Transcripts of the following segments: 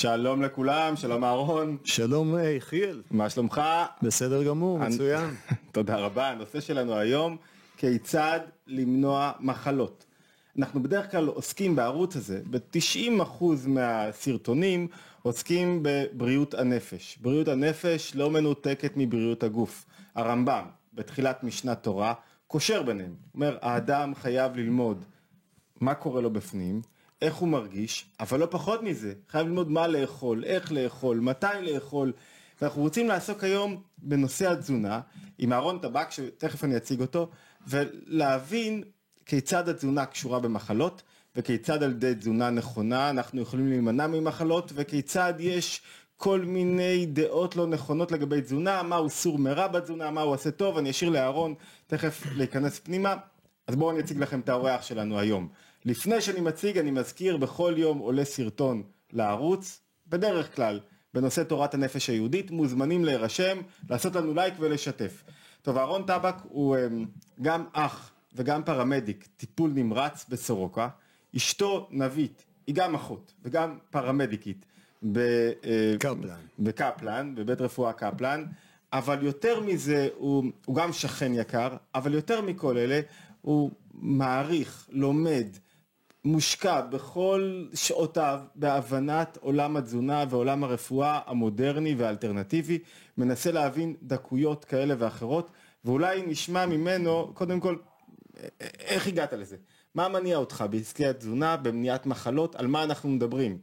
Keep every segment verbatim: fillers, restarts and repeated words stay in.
שלום לכולם, שלום אהרון. שלום יחיאל. מה שלומך? בסדר גמור, מצוין. תודה רבה. הנושא שלנו היום, כיצד למנוע מחלות. אנחנו בדרך כלל עוסקים בערוץ הזה, ב-תשעים אחוז מהסרטונים עוסקים בבריאות הנפש. בריאות הנפש לא מנותקת מבריאות הגוף. הרמב"ם, בתחילת משנת תורה, קושר ביניהם. אומר, האדם חייב ללמוד מה קורה לו בפנים, איך הוא מרגיש, אבל לא פחות מזה, חייב ללמוד מה לאכול, איך לאכול, מתי לאכול, ואנחנו רוצים לעסוק היום בנושא התזונה, עם אהרון טבק, שתכף אני אציג אותו, ולהבין כיצד התזונה קשורה במחלות, וכיצד על ידי תזונה נכונה אנחנו יכולים להימנע ממחלות, וכיצד יש כל מיני דעות לא נכונות לגבי תזונה, מהו סור מרע בתזונה, מהו עושה טוב, אני אשאיר לאהרון תכף להיכנס פנימה, אז בואו אני אציג לכם את האורח שלנו היום. לפני שאני מציג, אני מזכיר, בכל יום עולה סרטון לערוץ, בדרך כלל, בנושא תורת הנפש היהודית, מוזמנים להירשם, לעשות לנו לייק ולשתף. טוב, אהרון טבק הוא גם אח וגם פרמדיק, טיפול נמרץ בסורוקה, אשתו נבית, היא גם אחות וגם פרמדיקית בקפלן, בקפלן, בבית רפואה קפלן, אבל יותר מזה, הוא, הוא גם שכן יקר, אבל יותר מכל אלה, הוא מעריך, לומד, מושקע בכל שעותיו בהבנת עולם התזונה ועולם הרפואה המודרני והאלטרנטיבי, מנסה להבין דקויות כאלה ואחרות, ואולי נשמע ממנו, קודם כל, איך הגעת לזה? מה מניע אותך בעסקי התזונה, במניעת מחלות, על מה אנחנו מדברים?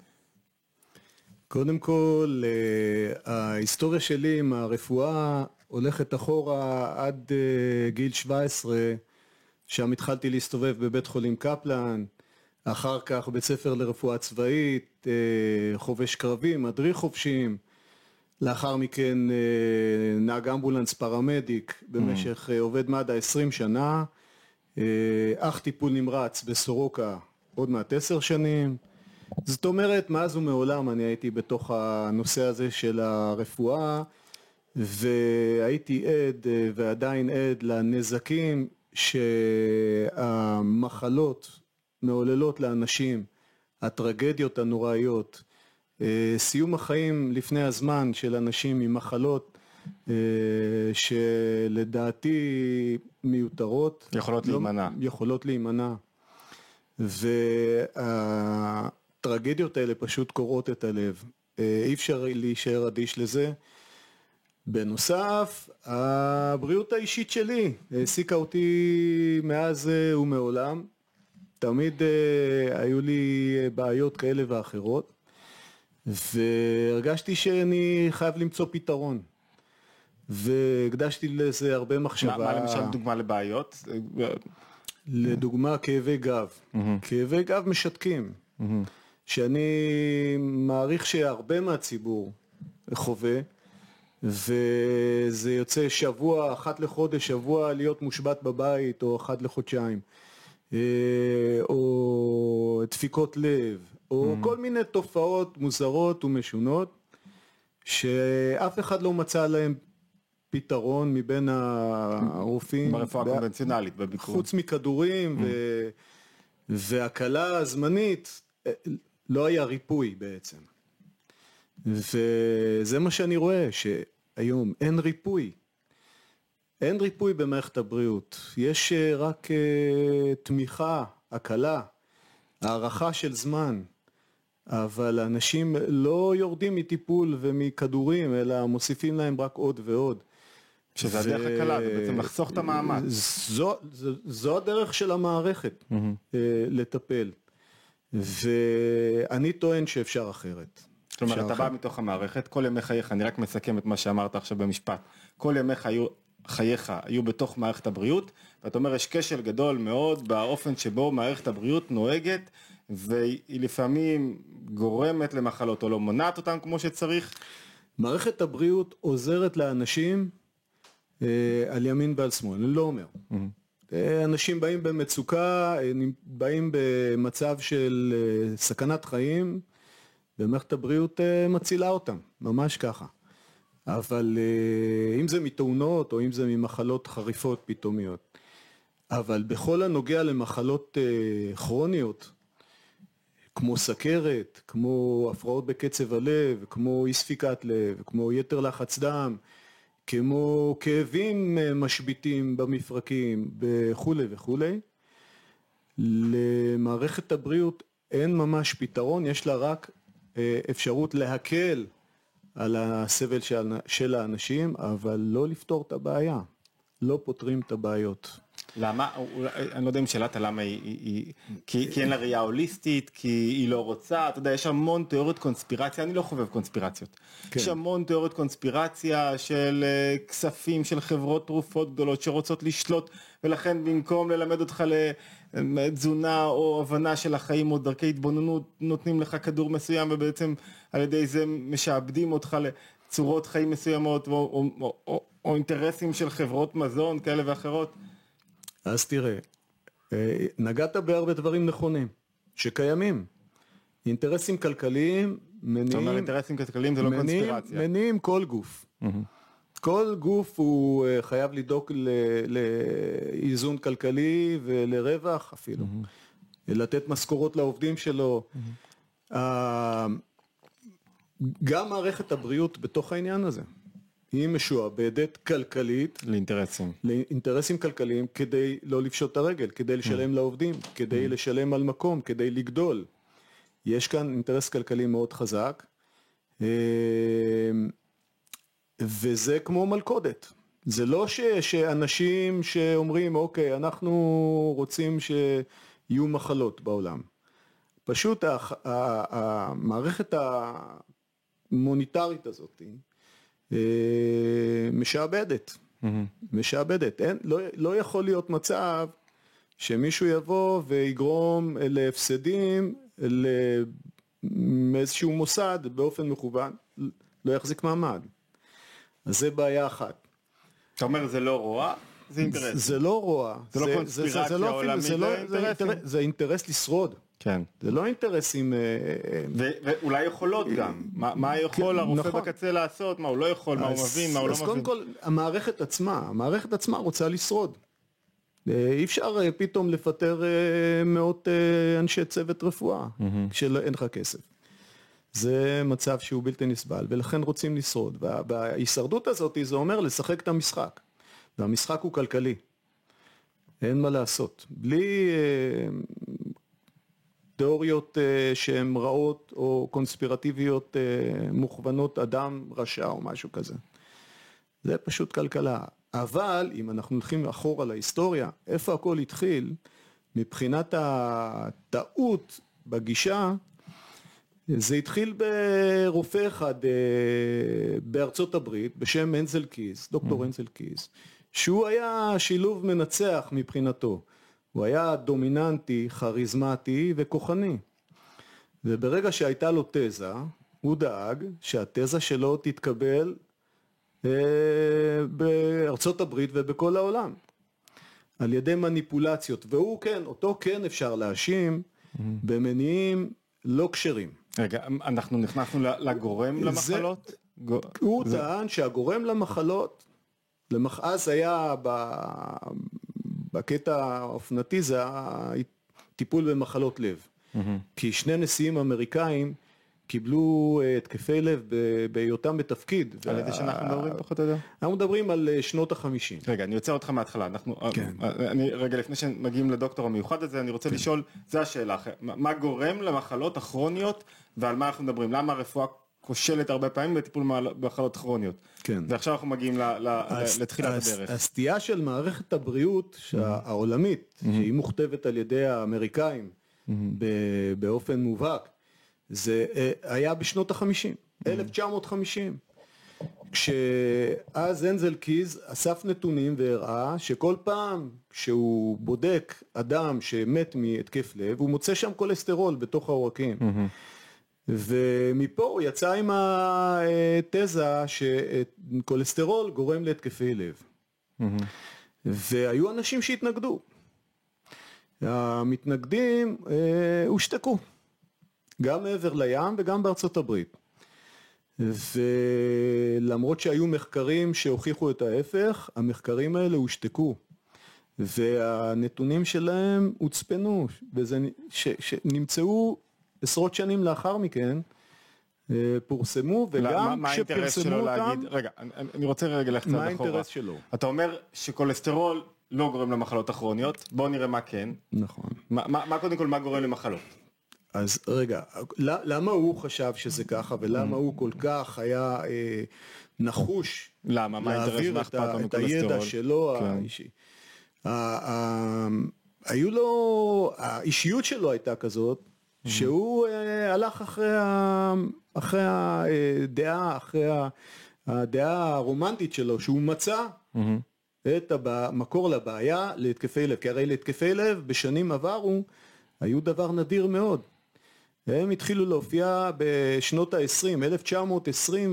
קודם כל, ההיסטוריה שלי עם הרפואה הולכת אחורה עד גיל שבע עשרה, שם התחלתי להסתובב בבית חולים קפלן, אחר כך בית ספר לרפואה צבאית, חובש קרבי, מדריך חובשים, לאחר מכן נהג אמבולנס פרמדיק, במשך עובד מד"א עשרים שנה, אח טיפול נמרץ בסורוקה עוד מעט עשר שנים, זאת אומרת, מאז ומעולם אני הייתי בתוך הנושא הזה של הרפואה, והייתי עד ועדיין עד לנזקים שהמחלות מעוללות לאנשים, הטרגדיות הנוראיות, סיום החיים לפני הזמן של אנשים עם מחלות שלדעתי מיותרות. יכולות להימנע. יכולות להימנע. והטרגדיות האלה פשוט קורעות את הלב. אי אפשר להישאר אדיש לזה. בנוסף, הבריאות האישית שלי העסיקה אותי מאז ומעולם. תמיד היו לי בעיות כאלה ואחרות, והרגשתי שאני חייב למצוא פתרון. והקדשתי לזה הרבה מחשבה. מה, מה למשל דוגמה לבעיות? לדוגמה כאבי גב. Mm-hmm. כאבי גב משתקים. Mm-hmm. שאני מעריך שהרבה מהציבור חווה, וזה יוצא שבוע, אחת לחודש, שבוע להיות מושבת בבית, או אחת לחודשיים, או דפיקות לב, או mm. כל מיני תופעות מוזרות ומשונות, שאף אחד לא מצא להם פתרון מבין הרופאים. ברפואה קונבנציונלית, בביקור. חוץ מכדורים, mm. ו... והקלה הזמנית, לא היה ריפוי בעצם. וזה מה שאני רואה, שהיום אין ריפוי. אין ריפוי במערכת הבריאות. יש רק תמיכה, הקלה, הערכה של זמן. אבל אנשים לא יורדים מטיפול ומכדורים, אלא מוסיפים להם רק עוד ועוד. שזה הדרך הקלה, זה בעצם לחסוך את המאמץ. זו, זו, זו הדרך של המערכת, mm-hmm. לטפל. ואני טוען שאפשר אחרת. כלומר, אתה בא מתוך המערכת, כל ימי חייך, אני רק מסכם את מה שאמרת עכשיו במשפט, כל ימי חיו, חייך היו בתוך מערכת הבריאות, ואתה אומר, יש קשר גדול מאוד באופן שבו מערכת הבריאות נוהגת, והיא לפעמים גורמת למחלות, או לא מונעת אותן כמו שצריך. מערכת הבריאות עוזרת לאנשים אה, על ימין ועל שמאל, אני לא אומר. Mm-hmm. אנשים באים במצוקה, באים במצב של סכנת חיים, ומערכת הבריאות מצילה אותם, ממש ככה. אבל אם זה מתאונות או אם זה ממחלות חריפות פתאומיות. אבל בכל הנוגע למחלות כרוניות, כמו סכרת, כמו הפרעות בקצב הלב, כמו אי ספיקת לב, כמו יתר לחץ דם, כמו כאבים משביתים במפרקים וכו' וכו'. למערכת הבריאות אין ממש פתרון, יש לה רק אפשרות להקל על הסבל של האנשים, אבל לא לפתור את הבעיה, לא פותרים את הבעיות. למה? אני לא יודע אם שאלת למה היא, היא, כי, כי אין לה ראייה הוליסטית, כי היא לא רוצה, אתה יודע, יש המון תיאוריות קונספירציה, אני לא חובב קונספירציות. כן. יש המון תיאוריות קונספירציה של uh, כספים, של חברות תרופות גדולות שרוצות לשלוט, ולכן במקום ללמד אותך לתזונה או הבנה של החיים או דרכי התבוננות, נותנים לך כדור מסוים, ובעצם על ידי זה משעבדים אותך לצורות חיים מסוימות, או, או, או, או, או אינטרסים של חברות מזון כאלה ואחרות. אז תראה, נגעת בהרבה דברים נכונים, שקיימים. אינטרסים כלכליים מניעים... זאת אומרת, אינטרסים כלכליים זה לא קונספירציה. מניעים כל גוף. כל גוף הוא חייב לדאוג לאיזון כלכלי ולרווח אפילו. לתת משכורות לעובדים שלו. גם מערכת הבריאות בתוך העניין הזה. היא משועבדת כלכלית לאינטרסים. לאינטרסים כלכליים כדי לא לפשוט את הרגל, כדי לשלם לעובדים, כדי לשלם על מקום, כדי לגדול. יש כאן אינטרס כלכלי מאוד חזק, וזה כמו מלכודת. זה לא ש, שאנשים שאומרים, אוקיי, אנחנו רוצים שיהיו מחלות בעולם. פשוט המערכת המוניטרית הזאת, משעבדת, משעבדת. אין, לא, לא יכול להיות מצב שמישהו יבוא ויגרום להפסדים לאיזשהו מוסד באופן מכוון, לא יחזיק מעמד. אז זה בעיה אחת. אתה אומר זה לא רוע, זה אינטרס. זה לא רוע. זה לא קונספירציה עולמית, זה אינטרסים. זה אינטרס לשרוד. כן. זה לא אינטרסים... ואולי יכולות גם. מה יכול הרופא בקצה לעשות, מה הוא לא יכול, מה הוא מבין, מה הוא לא מבין. אז קודם כל, המערכת עצמה, המערכת עצמה רוצה לשרוד. אי אפשר פתאום לפטר מאות אנשי צוות רפואה, כשאין לך כסף. זה מצב שהוא בלתי נסבל, ולכן רוצים לשרוד. וההישרדות הזאת, זה אומר לשחק את המשחק. והמשחק הוא כלכלי. אין מה לעשות. בלי... תיאוריות שהן רעות או קונספירטיביות מוכוונות אדם רשע או משהו כזה. זה פשוט כלכלה. אבל אם אנחנו הולכים אחורה להיסטוריה, איפה הכל התחיל, מבחינת הטעות בגישה, זה התחיל ברופא אחד בארצות הברית, בשם אנזל קיז, דוקטור אנזל קיז, שהוא היה שילוב מנצח מבחינתו. הוא היה דומיננטי, חריזמטי וכוחני. וברגע שהייתה לו תזה, הוא דאג שהתזה שלו תתקבל אה, בארצות הברית ובכל העולם. על ידי מניפולציות. והוא כן, אותו כן אפשר להאשים mm-hmm. במניעים לא כשרים. רגע, אנחנו נכנסנו לגורם למחלות? זה, הוא זה... טען שהגורם למחלות, למח... אז היה ב... בקטע האופנתי זה הטיפול במחלות לב. Mm-hmm. כי שני נשיאים אמריקאים קיבלו התקפי לב בהיותם בתפקיד. על איזה שאנחנו מדברים פחות או יותר? אנחנו מדברים על שנות החמישים. רגע, אני יוצא אותך מההתחלה. אנחנו, כן. אני, רגע, לפני שמגיעים לדוקטור המיוחד הזה, אני רוצה כן. לשאול, זו השאלה, מה גורם למחלות הכרוניות ועל מה אנחנו מדברים? למה הרפואה כושלת הרבה פעמים בטיפול במחלות כרוניות? כן. ועכשיו אנחנו מגיעים ל, ל, לתחילת הס, הדרך. הסטייה של מערכת הבריאות העולמית, mm-hmm. שהיא מוכתבת על ידי האמריקאים mm-hmm. באופן מובהק, זה היה בשנות החמישים, mm-hmm. אלף תשע מאות וחמישים, כשאז אנזל קיז אסף נתונים והראה שכל פעם שהוא בודק אדם שמת מהתקף לב, הוא מוצא שם כולסטרול בתוך העורקים. Mm-hmm. ומפה הוא יצא עם התזה שכולסטרול גורם להתקפי לב. Mm-hmm. והיו אנשים שהתנגדו. המתנגדים אה, הושתקו. גם מעבר לים וגם בארצות הברית. ולמרות שהיו מחקרים שהוכיחו את ההפך, המחקרים האלה הושתקו. והנתונים שלהם הוצפנו, וזה, ש, שנמצאו עשרות שנים לאחר מכן, פורסמו, וגם כשפרסמו אותם... רגע, אני רוצה רגע ללכת מה האינטרס שלו? אתה אומר שכולסטרול לא גורם למחלות הכרוניות, בואו נראה מה כן. נכון. מה קודם כל, מה גורם למחלות? אז רגע, למה הוא חשב שזה ככה, ולמה הוא כל כך היה נחוש להעביר את הידע שלו האישי? היו לו, האישיות שלו הייתה כזאת, שהוא הלך אחרי, אחרי הדעה, אחרי הדעה הרומנטית שלו, שהוא מצא את המקור לבעיה להתקפי לב, כי הרי להתקפי לב בשנים עברו היו דבר נדיר מאוד. הם התחילו להופיע בשנות ה-עשרים, אלף תשע מאות עשרים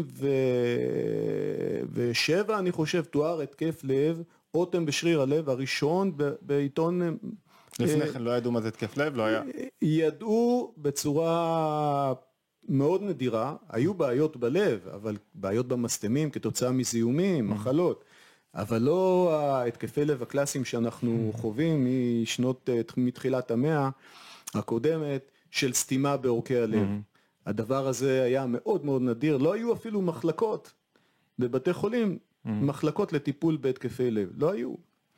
ושבע אני חושב, תואר התקף לב, אוטם בשריר הלב הראשון בעיתון... לפני כן לא ידעו מה זה התקף לב, לא היה... ידעו בצורה מאוד נדירה, היו בעיות בלב, אבל בעיות במסתמים כתוצאה מזיהומים, מחלות, אבל לא ההתקפי לב הקלאסיים שאנחנו חווים משנות, מתחילת המאה הקודמת, של סתימה בעורקי הלב. הדבר הזה היה מאוד מאוד נדיר, לא היו אפילו מחלקות בבתי חולים, מחלקות לטיפול בהתקפי לב, לא היו.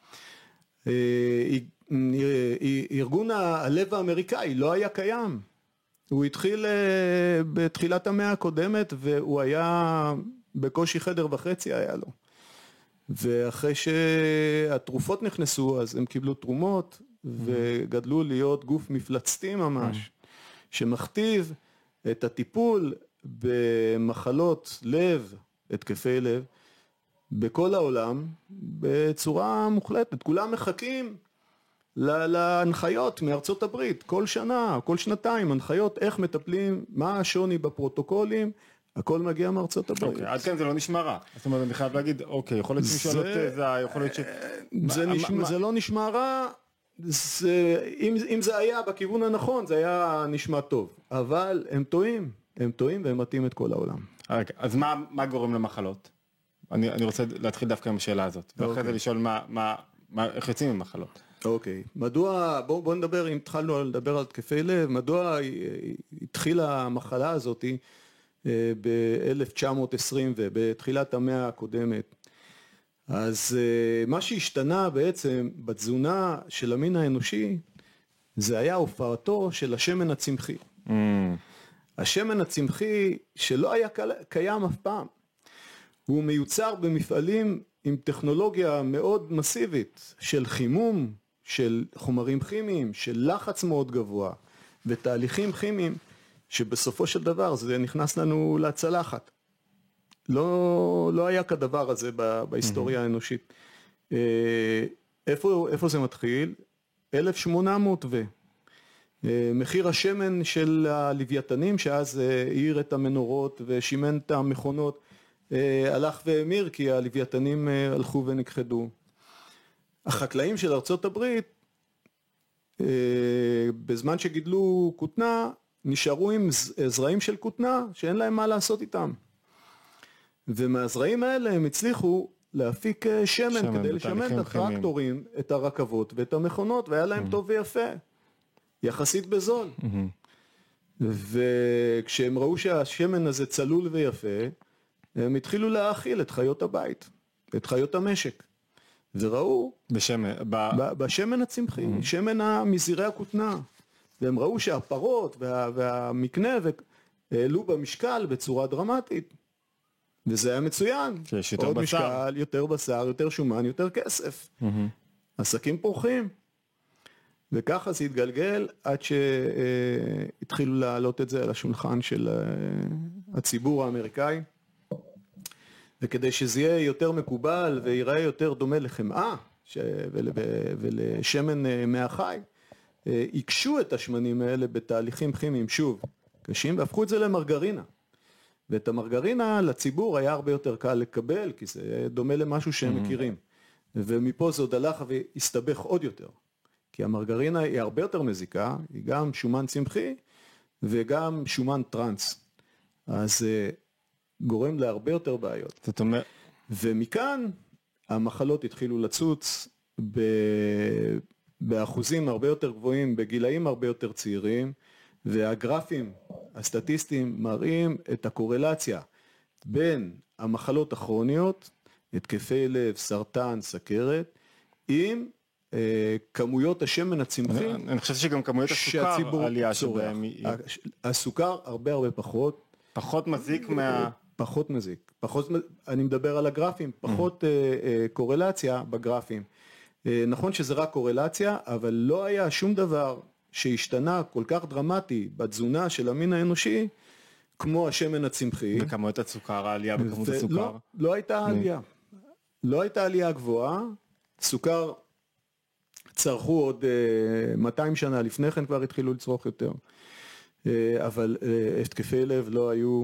ארגון הלב האמריקאי לא היה קיים, הוא התחיל בתחילת המאה הקודמת והוא היה בקושי חדר וחצי היה לו, ואחרי שהתרופות נכנסו אז הם קיבלו תרומות וגדלו להיות גוף מפלצתי ממש, שמכתיב את הטיפול במחלות לב, התקפי לב, בכל העולם, בצורה מוחלטת. כולם מחכים להנחיות מארצות הברית, כל שנה, כל שנתיים, הנחיות איך מטפלים, מה השוני בפרוטוקולים, הכל מגיע מארצות הברית. אוקיי, עד כן זה לא נשמע רע. זאת אומרת, אני חייב להגיד, אוקיי, יכול להיות שמישהו על זה, יכול להיות ש... זה לא נשמע רע, אם זה היה בכיוון הנכון, זה היה נשמע טוב. אבל הם טועים, הם טועים והם מתאים את כל העולם. אז מה גורם למחלות? אני, אני רוצה להתחיל דווקא עם השאלה הזאת, ואחרי זה לשאול מה, מה, מה, איך יוצאים ממחלות. אוקיי, מדוע, בואו בוא נדבר, אם התחלנו לדבר על תקפי לב, מדוע התחילה המחלה הזאת ב-אלף תשע מאות עשרים ובתחילת המאה הקודמת? אז מה שהשתנה בעצם בתזונה של המין האנושי, זה היה הופעתו של השמן הצמחי. Mm. השמן הצמחי שלא היה קיים אף פעם. הוא מיוצר במפעלים עם טכנולוגיה מאוד מסיבית של חימום, של חומרים כימיים, של לחץ מאוד גבוה, ותהליכים כימיים שבסופו של דבר זה נכנס לנו לצלחת. לא, לא היה כדבר הזה בהיסטוריה האנושית. איפה, איפה זה מתחיל? אלף שמונה מאות ו... מחיר השמן של הלוויתנים, שאז העיר את המנורות ושימן את המכונות, הלך והמיר כי הלוויתנים הלכו ונכחדו. החקלאים של ארצות הברית, בזמן שגידלו כותנה, נשארו עם זרעים של כותנה שאין להם מה לעשות איתם. ומהזרעים האלה הם הצליחו להפיק שמן, שמן כדי לשמן את הטרקטורים, את הרכבות ואת המכונות, והיה להם mm-hmm. טוב ויפה, יחסית בזול. Mm-hmm. וכשהם ראו שהשמן הזה צלול ויפה, הם התחילו להאכיל את חיות הבית, את חיות המשק. וראו בשמן, ב... בשמן הצמחי, mm-hmm. שמן מזירי הכותנה. והם ראו שהפרות וה, והמקנה העלו במשקל בצורה דרמטית. וזה היה מצוין. שיש יותר עוד בשר. משקל, יותר בשר, יותר שומן, יותר כסף. Mm-hmm. עסקים פורחים. וככה זה התגלגל עד שהתחילו להעלות את זה על השולחן של הציבור האמריקאי. וכדי שזה יהיה יותר מקובל ויראה יותר דומה לחמאה ול, ולשמן מהחי, יקשו את השמנים האלה בתהליכים כימיים שוב קשים, והפכו את זה למרגרינה. ואת המרגרינה לציבור היה הרבה יותר קל לקבל, כי זה דומה למשהו שהם מכירים. ומפה זה עוד הלך והסתבך עוד יותר. כי המרגרינה היא הרבה יותר מזיקה, היא גם שומן צמחי וגם שומן טרנס. אז זה גורם להרבה יותר בעיות. זאת אומרת... ומכאן המחלות התחילו לצוץ ב... באחוזים הרבה יותר גבוהים, בגילאים הרבה יותר צעירים, והגרפים הסטטיסטיים מראים את הקורלציה בין המחלות הכרוניות, התקפי לב, סרטן, סכרת, עם אה, כמויות השמן הצמחי. אני, אני חושב שגם כמויות הסוכר, עלייה שבהם. הסוכר הרבה הרבה פחות. פחות מזיק מה... פחות מזיק. פחות, אני מדבר על הגרפים, פחות אה, אה, קורלציה בגרפים. אה, נכון שזה רק קורלציה, אבל לא היה שום דבר שהשתנה כל כך דרמטי בתזונה של המין האנושי, כמו השמן הצמחי. וכמות הסוכר, העלייה בכמות הסוכר? לא, לא הייתה עלייה. לא הייתה עלייה גבוהה. סוכר צרכו עוד מאתיים שנה, לפני כן כבר התחילו לצרוך יותר. אבל התקפי לב לא היו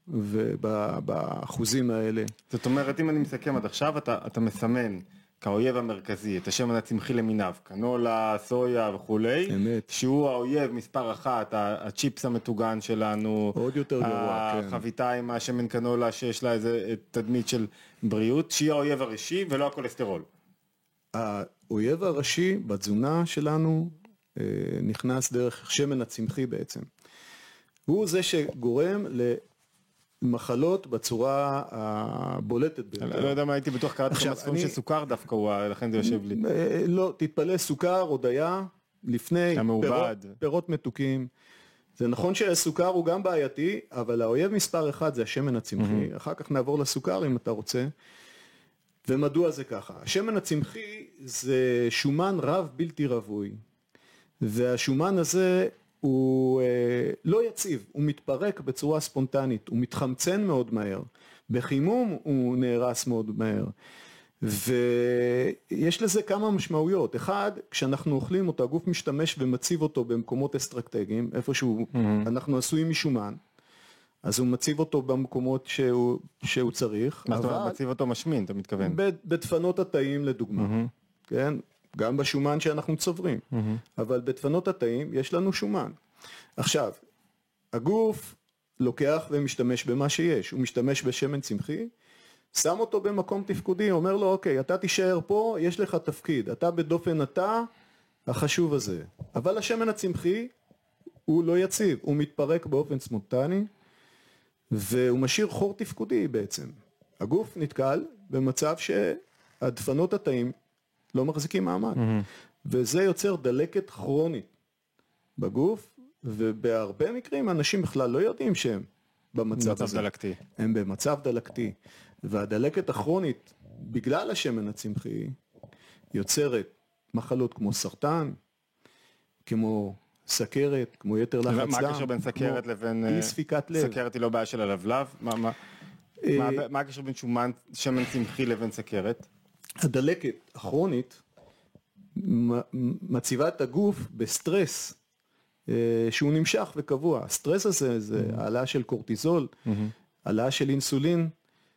באחוזים האלה. זאת אומרת, אם אני מסכם עד עכשיו, אתה, אתה מסמן כאויב המרכזי, את השמן הצמחי למיניו, קנולה, סויה וכולי, אמת. שהוא האויב מספר אחת, הצ'יפס המטוגן שלנו, עוד יותר גרוע, כן. החביתה עם השמן קנולה שיש לה איזה תדמית של בריאות, שהיא האויב הראשי ולא הכולסטרול. האויב הראשי בתזונה שלנו נכנס דרך שמן הצמחי בעצם. הוא זה שגורם ל... מחלות בצורה הבולטת ביותר. לא יודע מה, הייתי בטוח קראתי לך מספרים שסוכר דווקא הוא, לכן זה יושב לי. לא, תתפלא, סוכר, הודיה, לפני פירות מתוקים. זה נכון שהסוכר הוא גם בעייתי, אבל האויב מספר אחד זה השמן הצמחי. אחר כך נעבור לסוכר אם אתה רוצה. ומדוע זה ככה? השמן הצמחי זה שומן רב בלתי רווי. והשומן הזה הוא אה, לא יציב, הוא מתפרק בצורה ספונטנית, הוא מתחמצן מאוד מהר, בחימום הוא נהרס מאוד מהר, ויש לזה כמה משמעויות. אחד, כשאנחנו אוכלים אותו, הגוף משתמש ומציב אותו במקומות אסטרטגיים, איפשהו mm-hmm. אנחנו עשויים משומן, אז הוא מציב אותו במקומות שהוא, שהוא צריך. מה זאת אומרת, מציב אותו משמין, אתה מתכוון? בדפנות התאים לדוגמה, mm-hmm. כן? גם בשומן שאנחנו צוברים, mm-hmm. אבל בדפנות התאים יש לנו שומן. עכשיו, הגוף לוקח ומשתמש במה שיש, הוא משתמש בשמן צמחי, שם אותו במקום תפקודי, אומר לו, אוקיי, אתה תישאר פה, יש לך תפקיד, אתה בדופן התא החשוב הזה. אבל השמן הצמחי הוא לא יציב, הוא מתפרק באופן ספונטני, והוא משאיר חור תפקודי בעצם. הגוף נתקל במצב שהדפנות התאים לא מחזיקים מעמד, mm-hmm. וזה יוצר דלקת כרונית בגוף, ובהרבה מקרים אנשים בכלל לא יודעים שהם במצב הזה. במצב דלקתי. הם במצב דלקתי, והדלקת הכרונית, בגלל השמן הצמחי, יוצרת מחלות כמו סרטן, כמו סכרת, כמו יתר לחץ דם. מה הקשר בין סכרת לבין... אי ספיקת לב. סכרת היא לא בעיה של הלבלב? מה, מה, מה, מה הקשר בין שומן, שמן צמחי לבין סכרת? הדלקת הכרונית מציבה את הגוף בסטרס שהוא נמשך וקבוע. הסטרס הזה זה העלאה של קורטיזול, העלאה של אינסולין,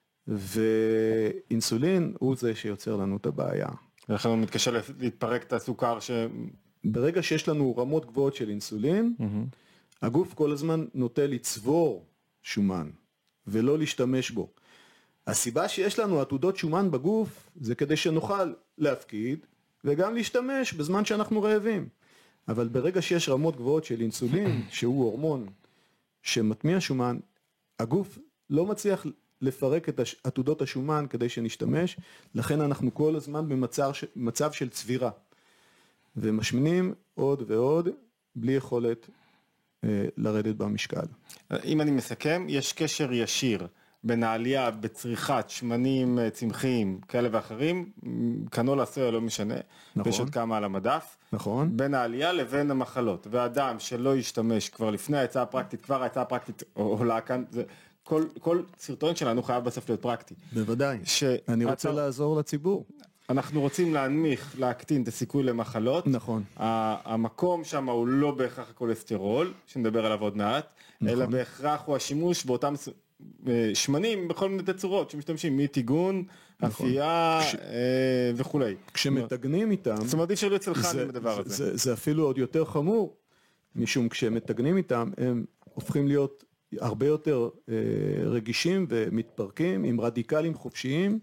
ואינסולין הוא זה שיוצר לנו את הבעיה. ולכן הוא מתקשה להתפרק את הסוכר ש... ברגע שיש לנו רמות גבוהות של אינסולין, הגוף כל הזמן נוטה לצבור שומן, ולא להשתמש בו. הסיבה שיש לנו עתודות שומן בגוף, זה כדי שנוכל להפקיד, וגם להשתמש בזמן שאנחנו רעבים. אבל ברגע שיש רמות גבוהות של אינסולין, שהוא הורמון שמטמיע שומן, הגוף לא מצליח לפרק את עתודות השומן כדי שנשתמש, לכן אנחנו כל הזמן במצב מצב של צבירה. ומשמינים עוד ועוד, בלי יכולת אה, לרדת במשקל. אם אני מסכם, יש קשר ישיר בין העלייה בצריכת שמנים צמחיים כאלה ואחרים, קנולה, סויה, לא משנה, נכון. ויש עוד כמה על המדף, נכון. בין העלייה לבין המחלות, ואדם שלא ישתמש כבר לפני ההצעה הפרקטית, כבר ההצעה הפרקטית עולה כאן, זה, כל, כל סרטון שלנו חייב בסוף להיות פרקטי. בוודאי, ש... אני רוצה אתה... לעזור לציבור. אנחנו רוצים להנמיך, להקטין את הסיכוי למחלות. נכון. המקום שם הוא לא בהכרח הכולסטרול, שנדבר עליו עוד מעט, נכון. אלא בהכרח הוא השימוש באותם שמנים בכל מיני תצורות שמשתמשים, מטיגון, נכון. אפייה כש... וכולי. כשמתגנים איתם, זאת אומרת, אי אפשר להיות צלחן עם הדבר הזה. זה, זה אפילו עוד יותר חמור, משום כשמתגנים איתם, הם הופכים להיות הרבה יותר רגישים ומתפרקים, עם רדיקלים חופשיים,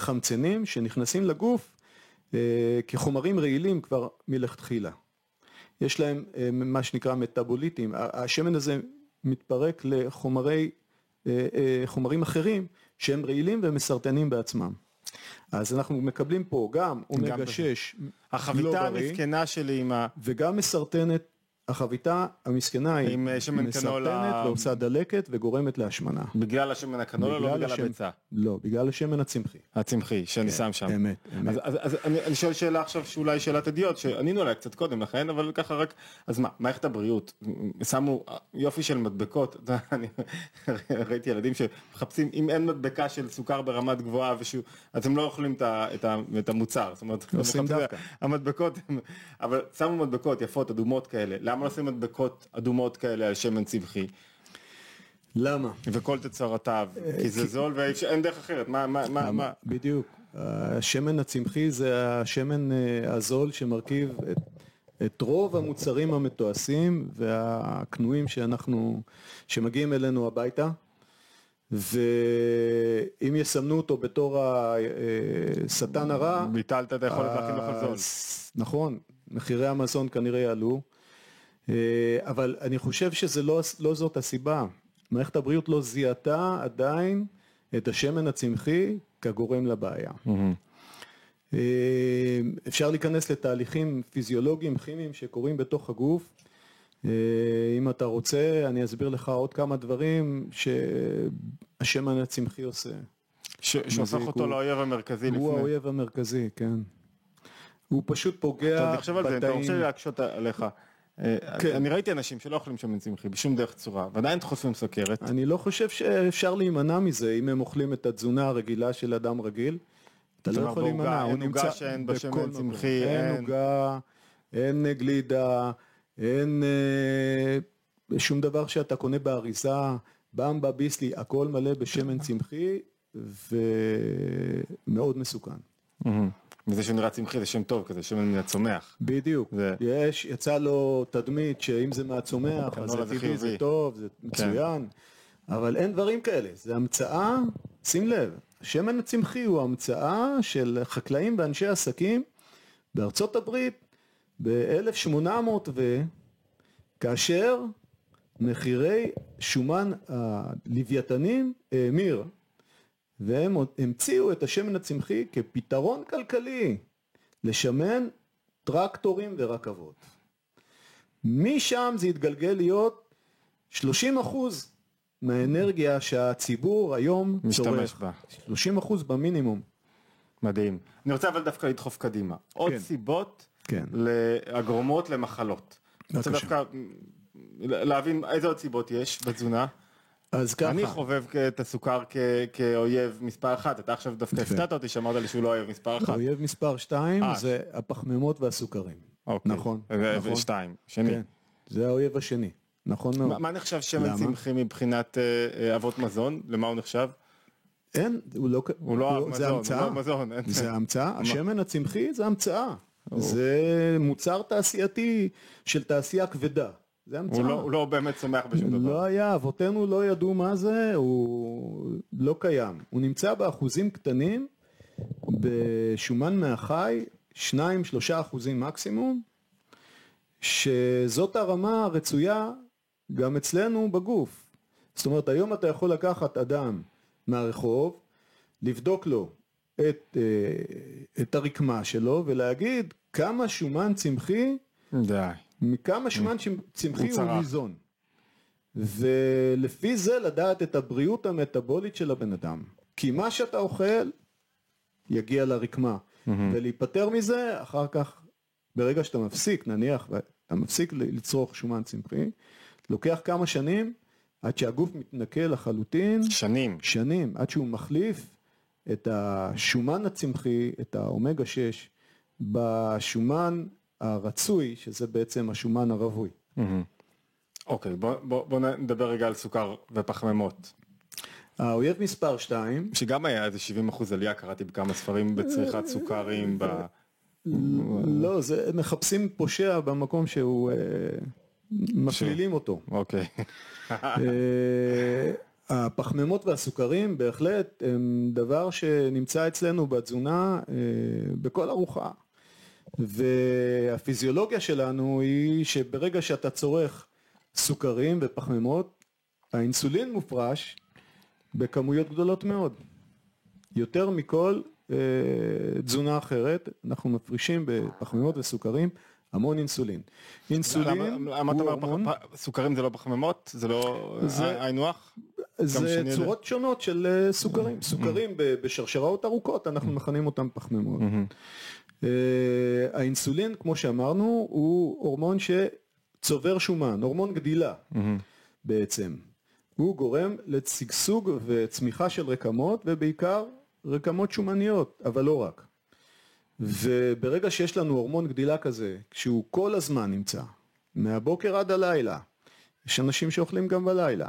מחמצנים שנכנסים לגוף אה, כחומרים רעילים כבר מלכתחילה. יש להם מה שנקרא מטאבוליטים, השמן הזה מתפרק לחומרי, חומרים אחרים שהם רעילים ומסרטנים בעצמם. אז אנחנו מקבלים פה גם אומגה שש, החביתה המסכנה שלי עם ה... וגם מסרטנת, החביתה המסכנה היא מסרטנת ועושה דלקת וגורמת להשמנה. בגלל השמן הקנולה, לא בגלל הביצה? לא, בגלל השמן הצמחי. הצמחי, שאני שם שם. אמת, אמת. אז אני שואל שאלה עכשיו שאולי שאלת הדיוט, שענינו עליה קצת קודם לכן, אבל ככה רק, אז מה, מערכת הבריאות, שמו יופי של מדבקות, אני ראיתי ילדים שמחפשים, אם אין מדבקה של סוכר ברמת גבוהה, אז הם לא אוכלים את המוצר, זאת אומרת, המדבקות, אבל שמו מדבקות יפות, אדומות כאלה, למה לא עושים מדבקות אדומות כאלה על שמן צמחי? למה? וכל תצורתיו, כי זה זול ואין דרך אחרת, מה, מה, מה? בדיוק, השמן הצמחי זה השמן הזול שמרכיב את, את רוב המוצרים המתועשים והקנויים שאנחנו, שמגיעים אלינו הביתה, ואם יסמנו אותו בתור השטן הרע, ביטלת את היכולת להכין אוכל זול. נכון, מחירי המזון כנראה יעלו, אבל אני חושב שזה לא, לא זאת הסיבה. מערכת הבריאות לא זיהתה עדיין את השמן הצמחי כגורם לבעיה. Mm-hmm. אפשר להיכנס לתהליכים פיזיולוגיים, כימיים שקורים בתוך הגוף. אם אתה רוצה, אני אסביר לך עוד כמה דברים שהשמן הצמחי עושה. ש- שהופך אותו לאויב המרכזי לפני. הוא האויב המרכזי, כן. הוא פשוט פוגע בתאים. תחשב על זה, אתה רוצה להקשות עליך. אני ראיתי אנשים שלא אוכלים שמן צמחי בשום דרך צורה, ועדיין חושפים סוכרת. אני לא חושב שאפשר להימנע מזה, אם הם אוכלים את התזונה הרגילה של אדם רגיל. אתה לא יכול להימנע, אין עוגה שאין בשמן צמחי, אין עוגה, אין גלידה, אין שום דבר שאתה קונה באריזה, במבה, ביסלי, הכל מלא בשמן צמחי, ומאוד מסוכן. וזה שנראה צמחי זה שם טוב כזה, שמן מן הצומח. בדיוק, זה... יש, יצא לו תדמית שאם זה מהצומח, אז זה טבעי, זה טוב, זה מצוין, כן. אבל אין דברים כאלה, זה המצאה, שים לב, השמן הצמחי הוא המצאה של חקלאים ואנשי עסקים בארצות הברית ב-אלף שמונה מאות ו... כאשר מחירי שומן הלוויתנים האמיר, והם המציאו את השמן הצמחי כפתרון כלכלי לשמן טרקטורים ורכבות. משם זה התגלגל להיות שלושים אחוז מהאנרגיה שהציבור היום משתמש בה. שלושים אחוז במינימום. מדהים. אני רוצה אבל דווקא לדחוף קדימה. עוד כן. סיבות כן. הגורמות למחלות. אני רוצה דווקא להבין איזה עוד סיבות יש בתזונה. אז ככה. אני חובב את הסוכר כאויב מספר אחת, אתה עכשיו דווקא הפתעת אותי שאמרת לי שהוא לא אויב מספר אחת. אויב מספר שתיים זה הפחמימות והסוכרים. נכון. ושתיים, שני. זה האויב השני, נכון מאוד. מה נחשב שמן צמחי מבחינת אבות מזון? למה הוא נחשב? אין, הוא לא, הוא לא מזון, זה המצאה, השמן הצמחי זה המצאה, זה מוצר תעשייתי של תעשייה כבדה. הוא לא, הוא לא באמת צומח בשום דבר. לא היה, אבותינו לא ידעו מה זה, הוא לא קיים. הוא נמצא באחוזים קטנים, בשומן מהחי, שניים, שלושה אחוזים מקסימום, שזאת הרמה הרצויה גם אצלנו בגוף. זאת אומרת, היום אתה יכול לקחת אדם מהרחוב, לבדוק לו את, את הרקמה שלו, ולהגיד כמה שומן צמחי, די. מכמה שומן צמחי הוא ניזון. ולפי זה לדעת את הבריאות המטאבולית של הבן אדם. כי מה שאתה אוכל יגיע לרקמה. ולהיפטר מזה, אחר כך, ברגע שאתה מפסיק, נניח, אתה מפסיק לצרוך שומן צמחי, לוקח כמה שנים, עד שהגוף מתנקה לחלוטין. שנים. שנים, עד שהוא מחליף את השומן הצמחי, את האומגה שש, בשומן הרצוי, שזה בעצם השומן הרווי. אוקיי, בוא נדבר רגע על סוכר ופחמימות. האויב מספר שתיים. שגם היה איזה שבעים אחוז עלייה, קראתי בכמה ספרים בצריכת סוכרים. לא, זה מחפשים פושע במקום שהוא מפלילים אותו. אוקיי. הפחמימות והסוכרים בהחלט הם דבר שנמצא אצלנו בתזונה בכל ארוחה. והפיזיולוגיה שלנו היא שברגע שאתה צורך סוכרים ופחמימות, האינסולין מופרש בכמויות גדולות מאוד. יותר מכל אה, תזונה אחרת, אנחנו מפרישים בפחמימות וסוכרים המון אינסולין. אינסולין הוא הורמון... סוכרים זה לא פחמימות? זה לא העינוח? זה צורות שונות של סוכרים. סוכרים בשרשראות ארוכות, אנחנו מכנים אותם פחמימות. האינסולין, כמו שאמרנו, הוא הורמון שצובר שומן, הורמון גדילה בעצם. הוא גורם לשגשוג וצמיחה של רקמות, ובעיקר רקמות שומניות, אבל לא רק. וברגע שיש לנו הורמון גדילה כזה, כשהוא כל הזמן נמצא, מהבוקר עד הלילה, יש אנשים שאוכלים גם בלילה,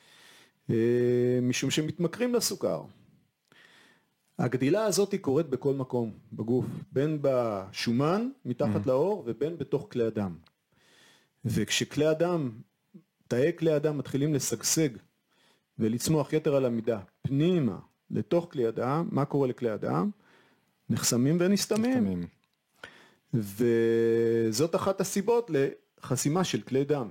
משום שמתמכרים לסוכר. הגדילה הזאת היא קורית בכל מקום בגוף, בין בשומן מתחת לאור ובין בתוך כלי הדם. וכשכלי הדם, תאי כלי הדם מתחילים לשגשג ולצמוח יתר על המידה פנימה לתוך כלי הדם, מה קורה לכלי הדם? נחסמים ונסתמים. וזאת אחת הסיבות לחסימה של כלי דם.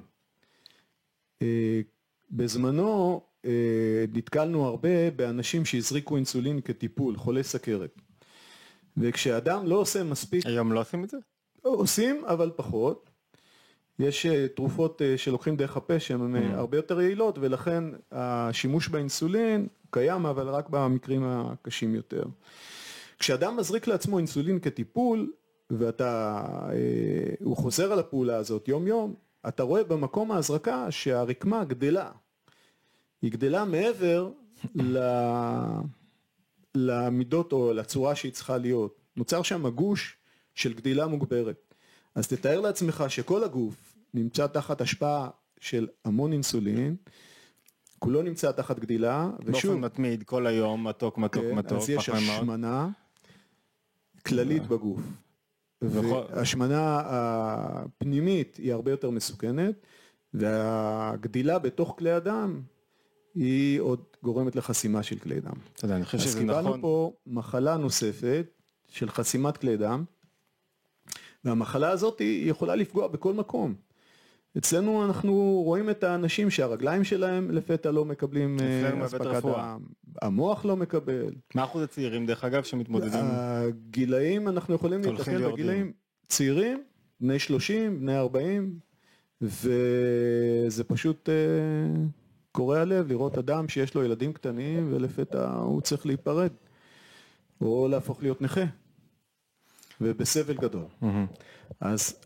בזמנו נתקלנו הרבה באנשים שהזריקו אינסולין כטיפול, חולי סכרת. וכשאדם לא עושה מספיק... היום לא עושים את זה? עושים, אבל פחות. יש תרופות שלוקחים דרך הפה שהן הרבה יותר יעילות, ולכן השימוש באינסולין קיים, אבל רק במקרים הקשים יותר. כשאדם מזריק לעצמו אינסולין כטיפול, ואתה, הוא חוזר על הפעולה הזאת יום יום, אתה רואה במקום ההזרקה שהרקמה גדלה. היא גדלה מעבר למידות או לצורה שהיא צריכה להיות. נוצר שם הגוש של גדילה מוגברת. אז תתאר לעצמך שכל הגוף נמצא תחת השפעה של המון אינסולין, כולו נמצא תחת גדילה, ושוב... באופן מתמיד, כל היום, מתוק, מתוק, כן, מתוק. אז יש השמנה כללית בגוף. והשמנה הפנימית היא הרבה יותר מסוכנת, והגדילה בתוך כלי הדם היא עוד גורמת לחסימה של כלי דם. אתה יודע, אני חושב שזה נכון. אז קיבלנו פה מחלה נוספת של חסימת כלי דם, והמחלה הזאת היא יכולה לפגוע בכל מקום. אצלנו אנחנו רואים את האנשים שהרגליים שלהם לפתע לא מקבלים אספקת דם, המוח לא מקבל. מה אחוז הצעירים דרך אגב שמתמודדים? הגילאים אנחנו יכולים להתעכל בגילאים צעירים, בני שלושים, בני ארבעים, וזה פשוט קורע לב לראות אדם שיש לו ילדים קטנים ולפתע הוא צריך להיפרד, או להפוך להיות נכה. ובסבל גדול. אז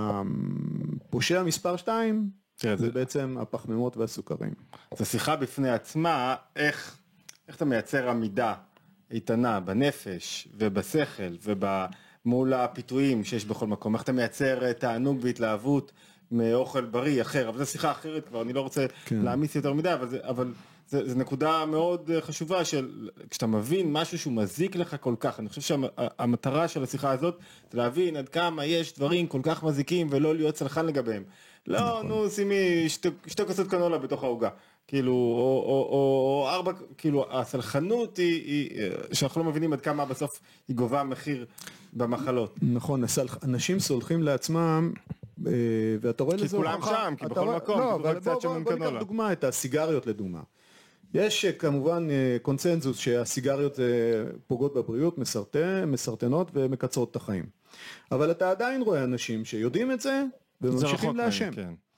הפושע מספר שתיים זה בעצם הפחמימות והסוכרים. זו שיחה בפני עצמה, איך אתה מייצר עמידה איתנה בנפש ובשכל ומול הפיתויים שיש בכל מקום, איך אתה מייצר תענוג והתלהבות מאוכל בריא אחר, אבל זו שיחה אחרת כבר, אני לא רוצה להעמיס יותר מדי, אבל זו נקודה מאוד חשובה של כשאתה מבין משהו שהוא מזיק לך כל כך, אני חושב שהמטרה של השיחה הזאת זה להבין עד כמה יש דברים כל כך מזיקים ולא להיות סלחן לגביהם. לא, נו, שימי שתי כוסות קנולה בתוך ההוגה, כאילו, או ארבע, כאילו, הסלחנות היא, שאנחנו לא מבינים עד כמה בסוף היא גובה מחיר במחלות. נכון, אנשים סולחים לעצמם, ואתה רואה לזה... כי כולם שם, כי בכל מקום, בוא ניקח דוגמה, את הסיגריות לדוגמה. יש כמובן קונצנזוס שהסיגריות פוגעות בבריאות, מסרטנות ומקצרות את החיים. אבל אתה עדיין רואה אנשים שיודעים את זה וממשיכים לעשן.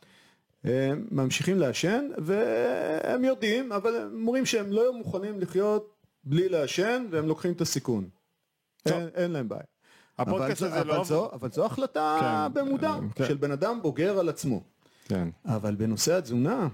הם ממשיכים לעשן והם יודעים, אבל הם אומרים שהם לא מוכנים לחיות בלי לעשן והם לוקחים את הסיכון. אין להם בעיה. אבל זו החלטה במודע של בן אדם בוגר על עצמו. אבל בנושא התזונה,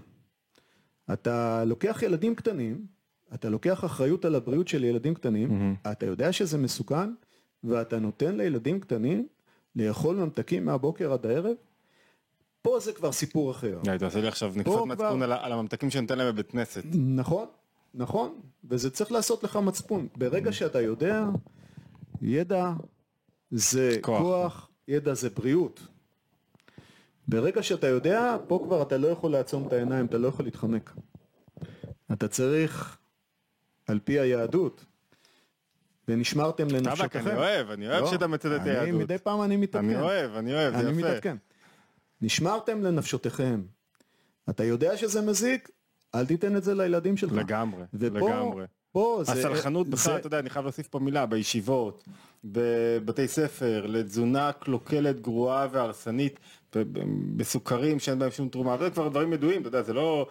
אתה לוקח ילדים קטנים, אתה לוקח אחריות על הבריאות של ילדים קטנים, אתה יודע שזה מסוכן, ואתה נותן לילדים קטנים לאכול ממתקים מהבוקר עד הערב, פה זה כבר סיפור אחר. אתה עושה לי עכשיו נקפת מצפון על הממתקים שנותן להם בבית כנסת. נכון, נכון, וזה צריך לעשות לך מצפון. ברגע שאתה יודע, ידע זה כוח, ידע זה בריאות. ברגע שאתה יודע, פה כבר אתה לא יכול לעצום את העיניים, אתה לא יכול להתחמק. אתה צריך, על פי היהדות, ונשמרתם לנפשותיכם. אני אוהב, אני אוהב שאתה מצטט היהדות. מדי פעם אני מתעדכן. אני אוהב, אני אוהב, זה יפה. אני מתעדכן. נשמרתם לנפשותיכם. אתה יודע שזה מזיק? אל תיתן את זה לילדים שלך. לגמרי, ופה, לגמרי. פה זה... הסלחנות בכלל, זה... אתה יודע, אני חייב להוסיף פה מילה, בישיבות, בבתי ספר, לתזונה קלוקלת, גרועה והרסנית, בסוכרים שאין בהם שום תרומה, זה כבר דברים ידועים, אתה יודע, זה לא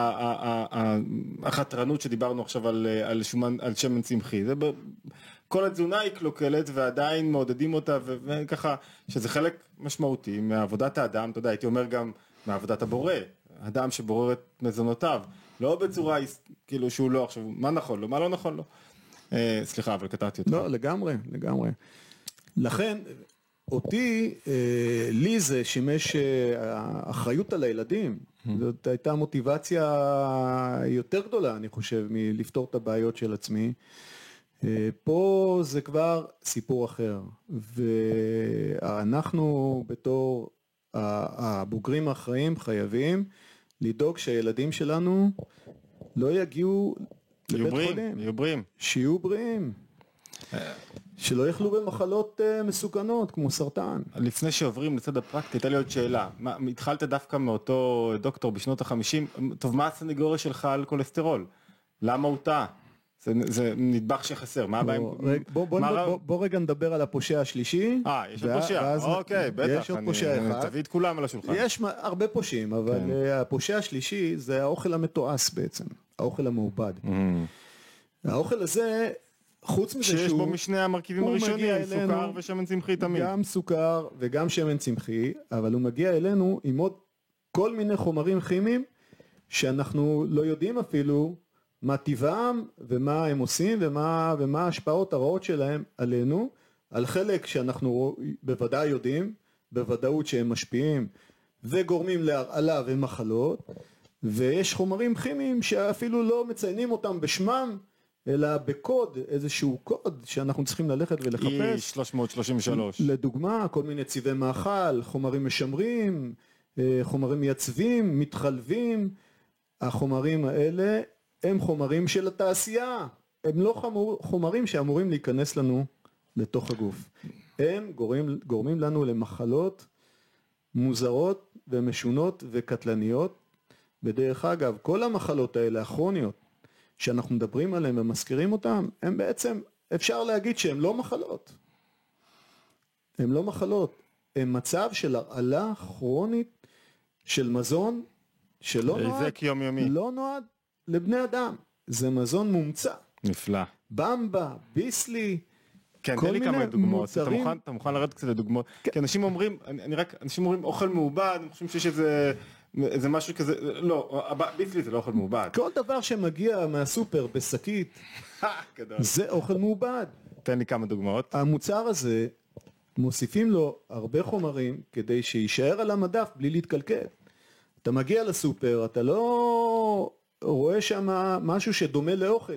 החתרנות שדיברנו עכשיו על, על, שומן, על שמן צמחי, זה ב... כל התזונה היא קלוקלת ועדיין מעודדים אותה, וככה, שזה חלק משמעותי מעבודת האדם, אתה יודע, הייתי אומר גם מעבודת הבורא, אדם שבורר את מזונותיו, לא בצורה, כאילו שהוא לא עכשיו, מה נכון לו, מה לא נכון לו. אה, סליחה, אבל קטעתי אותך. לא, לגמרי, לגמרי. לכן, אותי, אה, לי זה שימש האחריות על הילדים, זאת הייתה מוטיבציה יותר גדולה, אני חושב, מלפתור את הבעיות של עצמי. אה, פה זה כבר סיפור אחר, ואנחנו בתור הבוגרים האחראים חייבים לדאוג שהילדים שלנו לא יגיעו לבית חולים. יהיו בריאים. שיהיו בריאים. שלא יחלו במחלות מסוכנות כמו סרטן. לפני שעוברים לצד הפרקטי, הייתה לי עוד שאלה. מה, התחלת דווקא מאותו דוקטור בשנות החמישים, טוב, מה הסנגוריה שלך על כולסטרול? למה הוא טעה? זה, זה נדבך שחסר, מה הבא? בוא, בוא, בוא, בוא, בוא רגע נדבר על הפושע השלישי. אה, יש עוד פושע, אוקיי, בטח. יש עוד פושע אחד. תביא את כולם על השולחן. יש הרבה פושעים, אבל הפושע השלישי זה האוכל המתועש בעצם, האוכל המעובד. האוכל הזה, חוץ מזה שהוא... שיש בו משני המרכיבים הראשונים, סוכר ושמן צמחי תמיד. גם סוכר וגם שמן צמחי, אבל הוא מגיע אלינו עם עוד כל מיני חומרים כימיים, שאנחנו לא יודעים אפילו מה טבעם ומה הם עושים ומה, ומה ההשפעות הרעות שלהם עלינו, על חלק שאנחנו בוודאי יודעים, בוודאות שהם משפיעים וגורמים להרעלה ומחלות, ויש חומרים כימיים שאפילו לא מציינים אותם בשמם, אלא בקוד, איזשהו קוד שאנחנו צריכים ללכת ולחפש. אי שלוש מאות שלושים ושלוש. לדוגמה, כל מיני צבעי מאכל, חומרים משמרים, חומרים מייצבים, מתחלבים. החומרים האלה הם חומרים של התעשייה. הם לא חומר, חומרים שאמורים להיכנס לנו לתוך הגוף. הם גורמים, גורמים לנו למחלות מוזרות ומשונות וקטלניות. בדרך אגב, כל המחלות האלה, הכרוניות, שאנחנו מדברים עליהם ומזכירים אותם, הם בעצם, אפשר להגיד שהם לא מחלות. הם לא מחלות. הם מצב של הרעלה כרונית של מזון, שלא נועד, יומיומי. לא נועד לבני אדם. זה מזון מומצא. נפלא. במבה, ביסלי, כן, תן לי כמה דוגמאות. אתה מוכן, אתה מוכן לרדת קצת לדוגמאות? כן. כי אנשים אומרים, אני, אני רק, אנשים אומרים אוכל מעובד, אני חושב שיש איזה... זה משהו כזה, לא, ביסלי זה לא אוכל מעובד. כל דבר שמגיע מהסופר בשקית, זה אוכל מעובד. תן לי כמה דוגמאות. המוצר הזה, מוסיפים לו הרבה חומרים, כדי שישאר על המדף בלי להתקלקל. אתה מגיע לסופר, אתה לא רואה שם משהו שדומה לאוכל.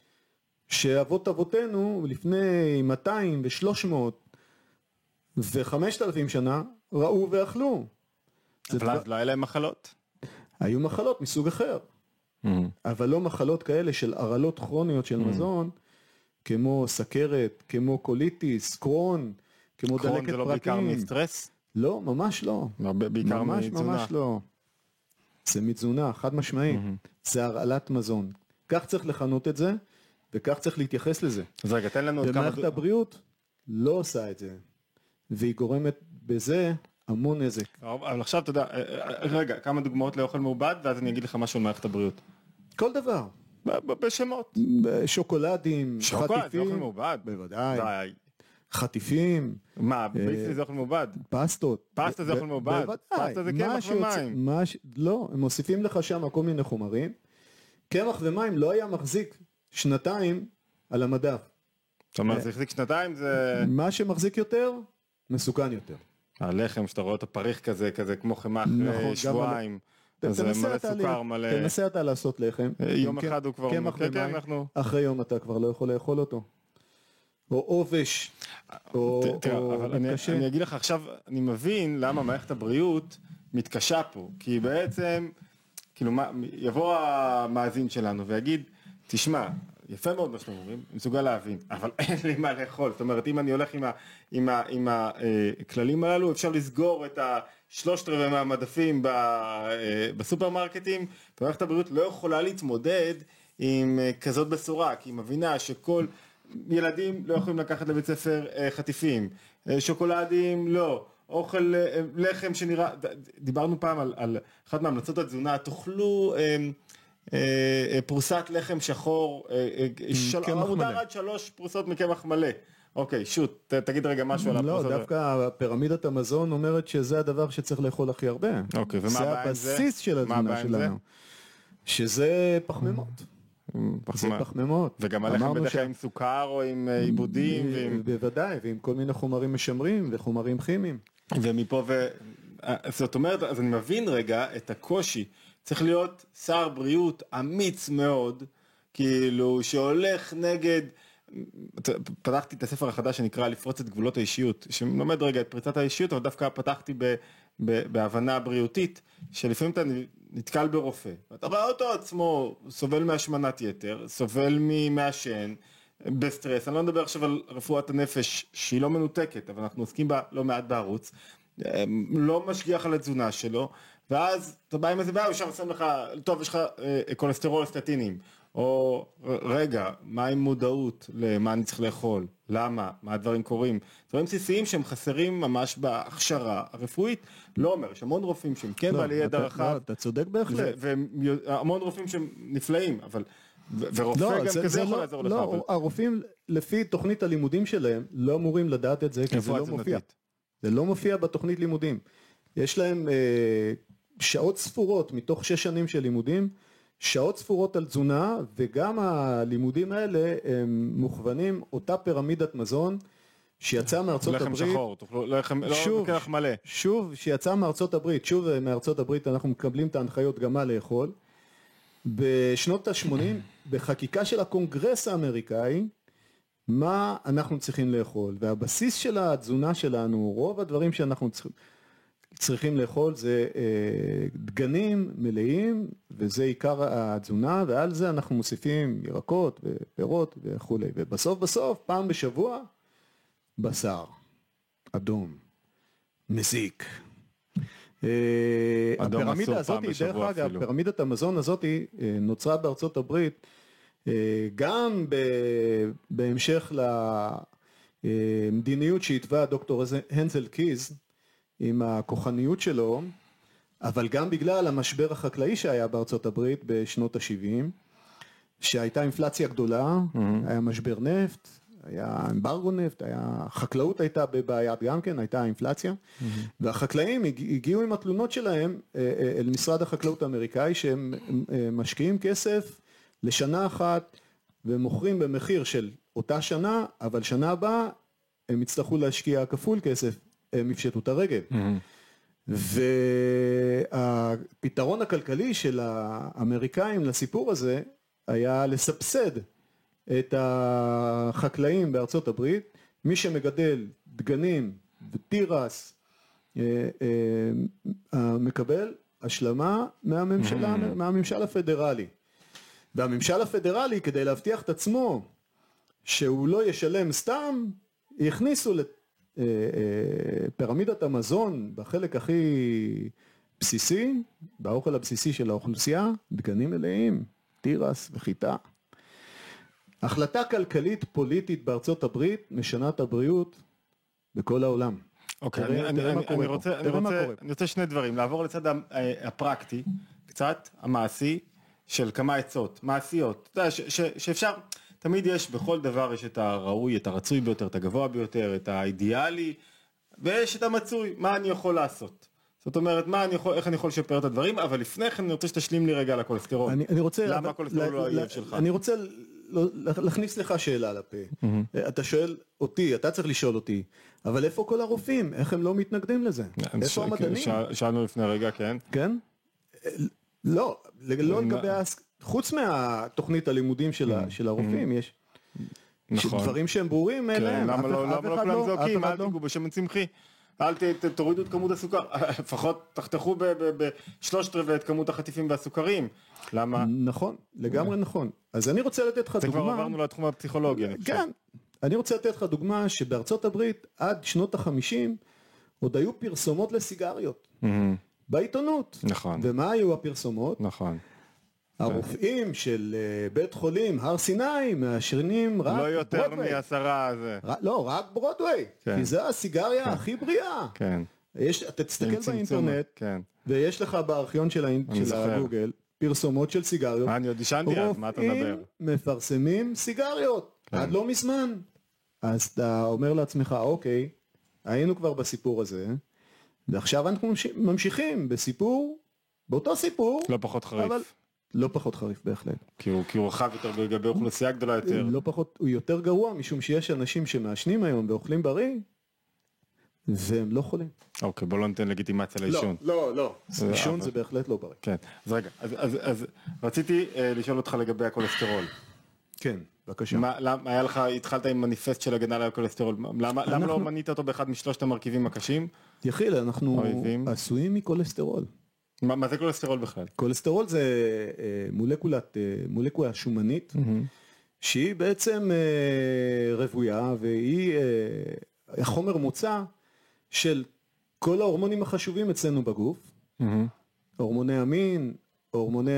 שאבות אבותינו, לפני מאתיים ושלוש מאות וחמשת אלפים שנה, ראו ואכלו. אבל אז לא היה להם מחלות? היו מחלות מסוג אחר, אבל לא מחלות כאלה של הרעלות כרוניות של מזון, כמו סכרת, כמו קוליטיס, קרון, כמו דלקת פרקים. קרון זה לא בעיקר מסטרס? לא, ממש לא. בעיקר ממש מתזונה. ממש לא. זה מתזונה, חד משמעי. זה הרעלת מזון. כך צריך לכנות את זה, וכך צריך להתייחס לזה. אז רגע, תן לנו עוד כמה... ומערכת הבריאות לא עושה את זה, והיא גורמת בזה המון נזק. אבל עכשיו אתה יודע, רגע, כמה דוגמאות לאוכל מעובד, ואז אני אגיד לך משהו על מערכת הבריאות. כל דבר. בשמות. שוקולדים, שוקולד, חטיפים. זה אוכל מעובד. בוודאי. חטיפים. מה, ביסלי זה אוכל מעובד? פסטות. פסטה זה אוכל מעובד? בוודאי. פסטה זה קמח ומים. לא, הם מוסיפים לך שם כל מיני חומרים. קמח ומים לא היה מחזיק שנתיים על המדף. זאת אומרת, זה החזיק שנתיים, זה... מה שמחזיק יותר, מסוכן יותר. הלחם שאתה רואה אותו פריך כזה, כזה כמו חמאה אחרי שבועיים. זה מלא סוכר, מלא... תנסה אתה לעשות לחם. יום אחד הוא כבר... קמח ומים, אחרי יום אתה כבר לא יכול לאכול אותו. או עובש, או מתקשה. אני אגיד לך עכשיו, אני מבין למה מערכת הבריאות מתקשה פה, כי בעצם, כאילו, יבוא המאזין שלנו ויגיד, תשמע, יפה מאוד מה שאתם אומרים, אני מסוגל להבין, אבל אין לי מה לאכול, זאת אומרת, אם אני הולך עם, ה, עם, ה, עם הכללים הללו, אפשר לסגור את השלושת רבעי מהמדפים ב, בסופרמרקטים, ומערכת הבריאות לא יכולה להתמודד עם כזאת בשורה, כי היא מבינה שכל ילדים לא יכולים לקחת לבית ספר חטיפים, שוקולדים לא, אוכל, לחם שנראה, דיברנו פעם על, על אחת מהמלצות התזונה, תאכלו פרוסת לחם שחור, מותר עד שלוש פרוסות מקמח מלא. אוקיי, שוט, תגיד רגע משהו על הפרוסות. לא, דווקא פירמידת המזון אומרת שזה הדבר שצריך לאכול הכי הרבה. אוקיי, ומה הבעיה עם זה? זה הבסיס של התזונה שלנו. שזה פחמימות. זה פחמימות. וגם הלחם בדרך כלל עם סוכר או עם עיבודים. בוודאי, ועם כל מיני חומרים משמרים וחומרים כימיים. ומפה ו... זאת אומרת, אז אני מבין רגע את הקושי. צריך להיות שר בריאות אמיץ מאוד, כאילו שהולך נגד... פתחתי את הספר החדש שנקרא לפרוץ את גבולות האישיות, שלומד רגע את פריצת האישיות, אבל דווקא פתחתי ב, ב, בהבנה בריאותית, שלפעמים אתה נתקל ברופא, ואתה רואה אותו עצמו סובל מהשמנת יתר, סובל ממעשן, בסטרס, אני לא מדבר עכשיו על רפואת הנפש שהיא לא מנותקת, אבל אנחנו עוסקים בה לא מעט בערוץ, לא משגיח על התזונה שלו, ואז אתה בא עם איזה בעיה, הוא שם שם לך, טוב, יש לך אה, קולסטרול סטטינים, או רגע, מה עם מודעות למה אני צריך לאכול, למה, מה הדברים קורים, דברים בסיסיים שהם חסרים ממש בהכשרה הרפואית, לא אומר, יש המון רופאים שהם כן בעלי ידע רחב, לא, אתה צודק בהחלט, והמון רופאים שהם נפלאים, אבל, ורופא גם כזה יכול לעזור לך. לא, הרופאים לפי תוכנית הלימודים שלהם לא אמורים לדעת את זה, כי זה לא מופיע, זה לא מופיע בתוכנית לימודים, יש להם שעות ספורות מתוך שש שנים של לימודים, שעות ספורות על תזונה, וגם הלימודים האלה הם מוכוונים אותה פירמידת מזון שיצאה מארצות הברית. לחם שחור, לחם, לא בכך מלא. שוב, שיצאה מארצות הברית, שוב מארצות הברית אנחנו מקבלים את ההנחיות גם מה לאכול. בשנות ה-שמונים, בחקיקה של הקונגרס האמריקאי, מה אנחנו צריכים לאכול, והבסיס של התזונה שלנו, רוב הדברים שאנחנו צריכים, צריכים לאכול זה אה, דגנים מלאים, וזה עיקר התזונה, ועל זה אנחנו מוסיפים ירקות ופירות וכו'. ובסוף בסוף, פעם בשבוע, בשר, אדום, מזיק. אה, הפירמידה הזאת, דרך אגב, פירמידת המזון הזאת אה, נוצרה בארצות הברית, אה, גם ב, בהמשך למדיניות שהתווה דוקטור הנזל קיז, עם הכוחניות שלו, אבל גם בגלל המשבר החקלאי שהיה בארצות הברית בשנות ה-שבעים, שהייתה אינפלציה גדולה, mm-hmm. היה משבר נפט, היה אמברגו נפט, היה, חקלאות הייתה בבעיית גם כן, הייתה אינפלציה, mm-hmm. והחקלאים הגיעו עם התלונות שלהם אל משרד החקלאות האמריקאי, שהם משקיעים כסף לשנה אחת, ומוכרים במחיר של אותה שנה, אבל שנה הבאה הם יצטרכו להשקיע כפול כסף, הם יפשטו את הרגל. והפתרון הכלכלי של האמריקאים לסיפור הזה, היה לסבסד את החקלאים בארצות הברית, מי שמגדל דגנים ותירס, מקבל השלמה מהממשלה, מהממשל הפדרלי. והממשל הפדרלי, כדי להבטיח את עצמו, שהוא לא ישלם סתם, הכניסו לת... פירמידת המזון בחלק הכי בסיסי, באוכל הבסיסי של האוכלוסייה, דגנים מלאים, תירס וחיטה. החלטה כלכלית פוליטית בארצות הברית משנה את הבריאות בכל העולם. אוקיי, אני, אני, אני, אני, רוצה, אני, רוצה, אני רוצה שני דברים, לעבור לצד הפרקטי, קצת המעשי, של כמה עצות, מעשיות, אתה יודע, ש, ש, שאפשר... תמיד יש, בכל דבר יש את הראוי, את הרצוי ביותר, את הגבוה ביותר, את האידיאלי, ויש את המצוי, מה אני יכול לעשות. זאת אומרת, מה אני יכול, איך אני יכול לשפר את הדברים, אבל לפני כן אני רוצה שתשלים לי רגע על הקולסטרול. אני, אני רוצה... למה הקולסטרול לא האויב שלך? אני רוצה להכניס לך שאלה לפה. Mm-hmm. אתה שואל אותי, אתה צריך לשאול אותי, אבל איפה כל הרופאים? איך הם לא מתנגדים לזה? איפה ש... המדענים? ש... שאלנו לפני רגע, כן. כן? לא, לא לגבי... חוץ מהתוכנית הלימודים של הרופאים, יש דברים שהם ברורים אליהם. למה לא כולם זוכים, אל תיגעו בשמן צמחי. אל תורידו את כמות הסוכר, לפחות תחתכו בשלושת רבעי את כמות החטיפים והסוכרים. למה? נכון, לגמרי נכון. אז אני רוצה לתת לך דוגמה... זה כבר עברנו לתחום הפסיכולוגי, אני חושב. כן, אני רוצה לתת לך דוגמה שבארצות הברית עד שנות החמישים עוד היו פרסומות לסיגריות. בעיתונות. נכון. ומה היו הפרסומות? נכון. הרופאים של בית חולים הר סיני מאשרים רק לא יותר מעשרה זה. לא, רק ברודווי. כי זה הסיגריה הכי בריאה. כן. אתה תסתכל באינטרנט, ויש לך בארכיון של הגוגל, פרסומות של סיגריות. אני עוד ישנתי אז, מה אתה מדבר? רופאים מפרסמים סיגריות, עד לא מזמן. אז אתה אומר לעצמך, אוקיי, היינו כבר בסיפור הזה, ועכשיו אנחנו ממשיכים בסיפור, באותו סיפור. לא פחות חריף. אבל לא פחות חריף בהחלט. כי הוא, כי הוא רחב יותר לגבי אוכלוסייה גדולה יותר. לא פחות, הוא יותר גרוע, משום שיש אנשים שמעשנים היום ואוכלים בריא, והם לא חולים. אוקיי, בוא לא ניתן לגיטימציה לעישון. לא, לא, לא. עישון זה בהחלט לא בריא. כן, אז רגע, אז, אז, אז רציתי אה, לשאול אותך לגבי הכולסטרול. כן, בבקשה. מה, למה, היה לך, התחלת עם מניפסט של הגנה על הכולסטרול, למה, אנחנו... למה לא מנית אותו באחד משלושת המרכיבים הקשים? יחיל, אנחנו אויבים. עשויים מכולסטרול. מה, מה זה קולסטרול בכלל? קולסטרול זה אה, מולקולת, אה, מולקולה שומנית, mm-hmm. שהיא בעצם אה, רבויה, והיא אה, החומר מוצא של כל ההורמונים החשובים אצלנו בגוף, mm-hmm. הורמוני המין, הורמוני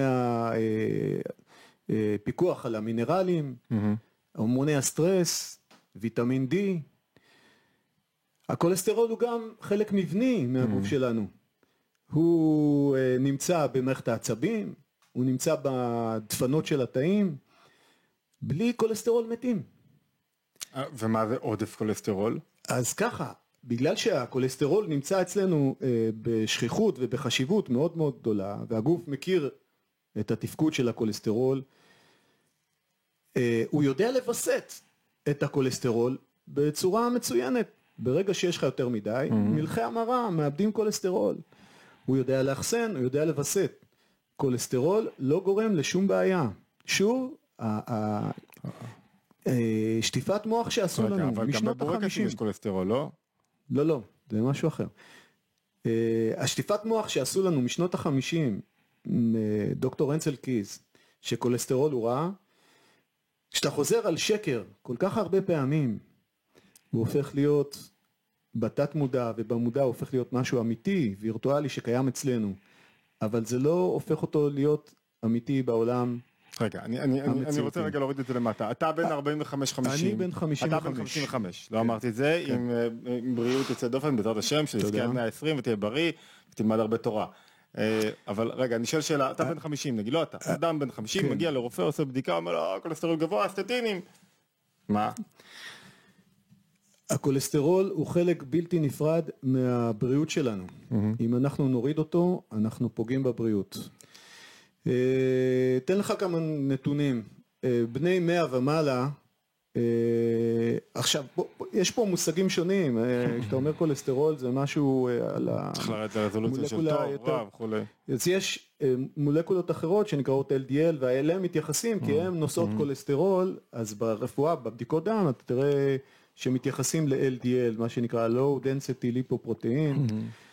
הפיקוח על המינרלים, mm-hmm. הורמוני הסטרס, ויטמין D. הקולסטרול הוא גם חלק מבני מהגוף mm-hmm. שלנו. הוא נמצא במערכת העצבים, הוא נמצא בדפנות של התאים, בלי קולסטרול מתים. ומה זה עודף קולסטרול? אז ככה, בגלל שהקולסטרול נמצא אצלנו בשכיחות ובחשיבות מאוד מאוד גדולה, והגוף מכיר את התפקוד של הקולסטרול, הוא יודע לבסט את הקולסטרול בצורה מצוינת. ברגע שיש לך יותר מדי, מלחי המרה מאבדים קולסטרול. הוא יודע לאחסן, הוא יודע לבסט. קולסטרול לא גורם לשום בעיה. שוב, שטיפת מוח שעשו לנו משנות ה-חמישים. אבל גם בבורקסים יש קולסטרול, לא? לא, לא, זה משהו אחר. השטיפת מוח שעשו לנו משנות ה-חמישים, דוקטור אנסל קיז, שקולסטרול הוא רע, כשאתה חוזר על שקר כל כך הרבה פעמים, הוא הופך להיות... בתת מודע ובמודע הופך להיות משהו אמיתי, וירטואלי שקיים אצלנו, אבל זה לא הופך אותו להיות אמיתי בעולם. רגע, אני, אני, אני, אני רוצה רגע להוריד את זה למטה. אתה בין ארבעים וחמש חמישים. אני בין חמישים וחמש. אתה בין חמישים וחמש. לא אמרתי את זה, עם, עם בריאות יוצא דופן, בעזרת השם, שתזכה עד מאה ועשרים ותהיה בריא, ותלמד הרבה תורה. אבל רגע, אני שואל שאלה, אתה בין חמישים, נגיד, לא אתה, אדם בין חמישים, מגיע לרופא, עושה בדיקה, אומר לו, קולסטרול גבוה, סטטינים. מה? הקולסטרול הוא חלק בלתי נפרד מהבריאות שלנו. Mm-hmm. אם אנחנו נוריד אותו, אנחנו פוגעים בבריאות. תן לך כמה נתונים. בני מאה ומעלה, עכשיו, יש פה מושגים שונים. כשאתה אומר קולסטרול, זה משהו על ה... צריך לרדת לרזולוציה של טוב, רב, וכולי. אז יש מולקולות אחרות שנקראות אל די אל, והאלה מתייחסים, כי הן נושאות קולסטרול, אז ברפואה, בבדיקות דם, אתה תראה... שמתייחסים ל-אל די אל, מה שנקרא low density lipoprotein,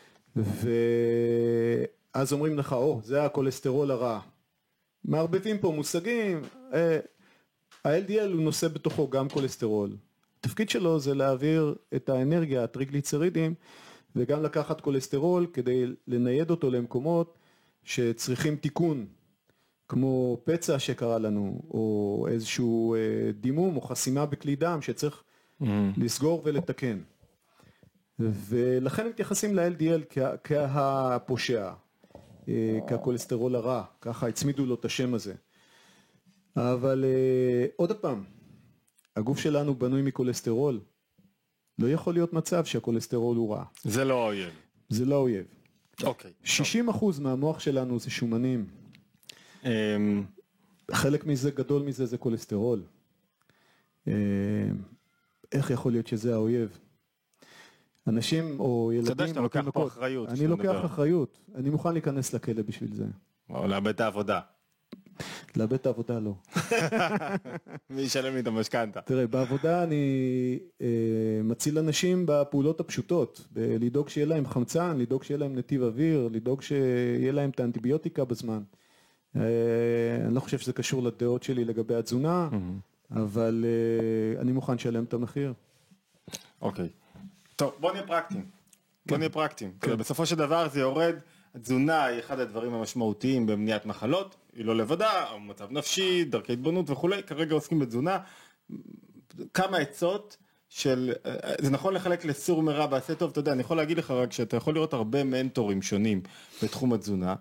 ואז אומרים לך, או, זה הקולסטרול הרע. מערבבים פה מושגים, ה-אל די אל הוא נושא בתוכו גם קולסטרול. התפקיד שלו זה להעביר את האנרגיה, הטריגליצרידים, וגם לקחת קולסטרול כדי לנייד אותו למקומות שצריכים תיקון, כמו פצע שקרה לנו, או איזשהו דימום, או חסימה בכלי דם שצריך לסגור ולתקן. ולכן מתייחסים ל-אל די אל כהפושע, כקולסטרול הרע, ככה הצמידו לו את השם הזה. אבל עוד פעם, הגוף שלנו בנוי מקולסטרול, לא יכול להיות מצב שהקולסטרול הוא רע. זה לא אויב. זה לא אויב. אוקיי. שישים אחוז מהמוח שלנו זה שומנים. חלק מזה, גדול מזה, זה קולסטרול. איך יכול להיות שזה האויב? אנשים או ילדים... אתה יודע שאתה לוקח פה אחריות. אני לוקח אחריות. אני מוכן להיכנס לכלא בשביל זה. או לאבד את העבודה. לאבד את העבודה לא. מי ישלם לי את המשכנתה? תראה, בעבודה אני אה, מציל אנשים בפעולות הפשוטות, לדאוג שיהיה להם חמצן, לדאוג שיהיה להם נתיב אוויר, לדאוג שיהיה להם את האנטיביוטיקה בזמן. אה, אני לא חושב שזה קשור לדעות שלי לגבי התזונה, mm-hmm. אבל אה, אני מוכן לשלם את המחיר. אוקיי. טוב, בוא נהיה פרקטיים. בוא נהיה פרקטיים. בסופו של דבר זה יורד, התזונה היא אחד הדברים המשמעותיים במניעת מחלות, היא לא לבדה, מצב נפשי, דרכי התבוננות וכולי, כרגע עוסקים בתזונה. כמה עצות של, זה נכון לחלק לסור מרע בעשה טוב, אתה יודע, אני יכול להגיד לך רק שאתה יכול לראות הרבה מנטורים שונים בתחום התזונה,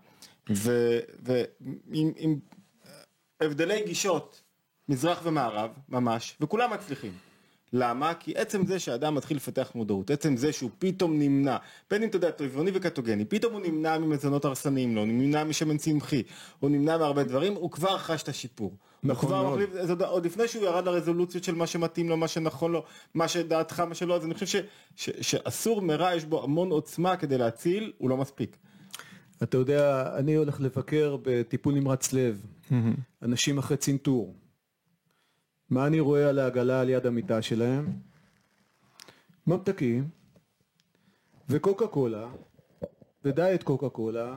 ועם הבדלי גישות, מזרח ומערב, ממש, וכולם מצליחים. למה? כי עצם זה שהאדם מתחיל לפתח מודעות, עצם זה שהוא פתאום נמנע, בין אם אתה יודע, טבעוני וקטוגני, פתאום הוא נמנע ממזונות הרסניים, לא, הוא נמנע משמן צמחי, הוא נמנע מהרבה דברים, הוא כבר חש את השיפור. נכון מאוד. מחליף, זה, עוד לפני שהוא ירד לרזולוציות של מה שמתאים לו, מה שנכון לו, מה שדעתך, מה שלא, אז אני חושב ש, ש, שאסור מרע, יש בו המון עוצמה כדי להציל, הוא לא מספיק. אתה יודע, אני הולך לבקר בטיפול נמרץ לב, אנשים אחרי צנתור. מה אני רואה על העגלה על יד המיטה שלהם? ממתקים וקוקה קולה ודיאט קוקה קולה,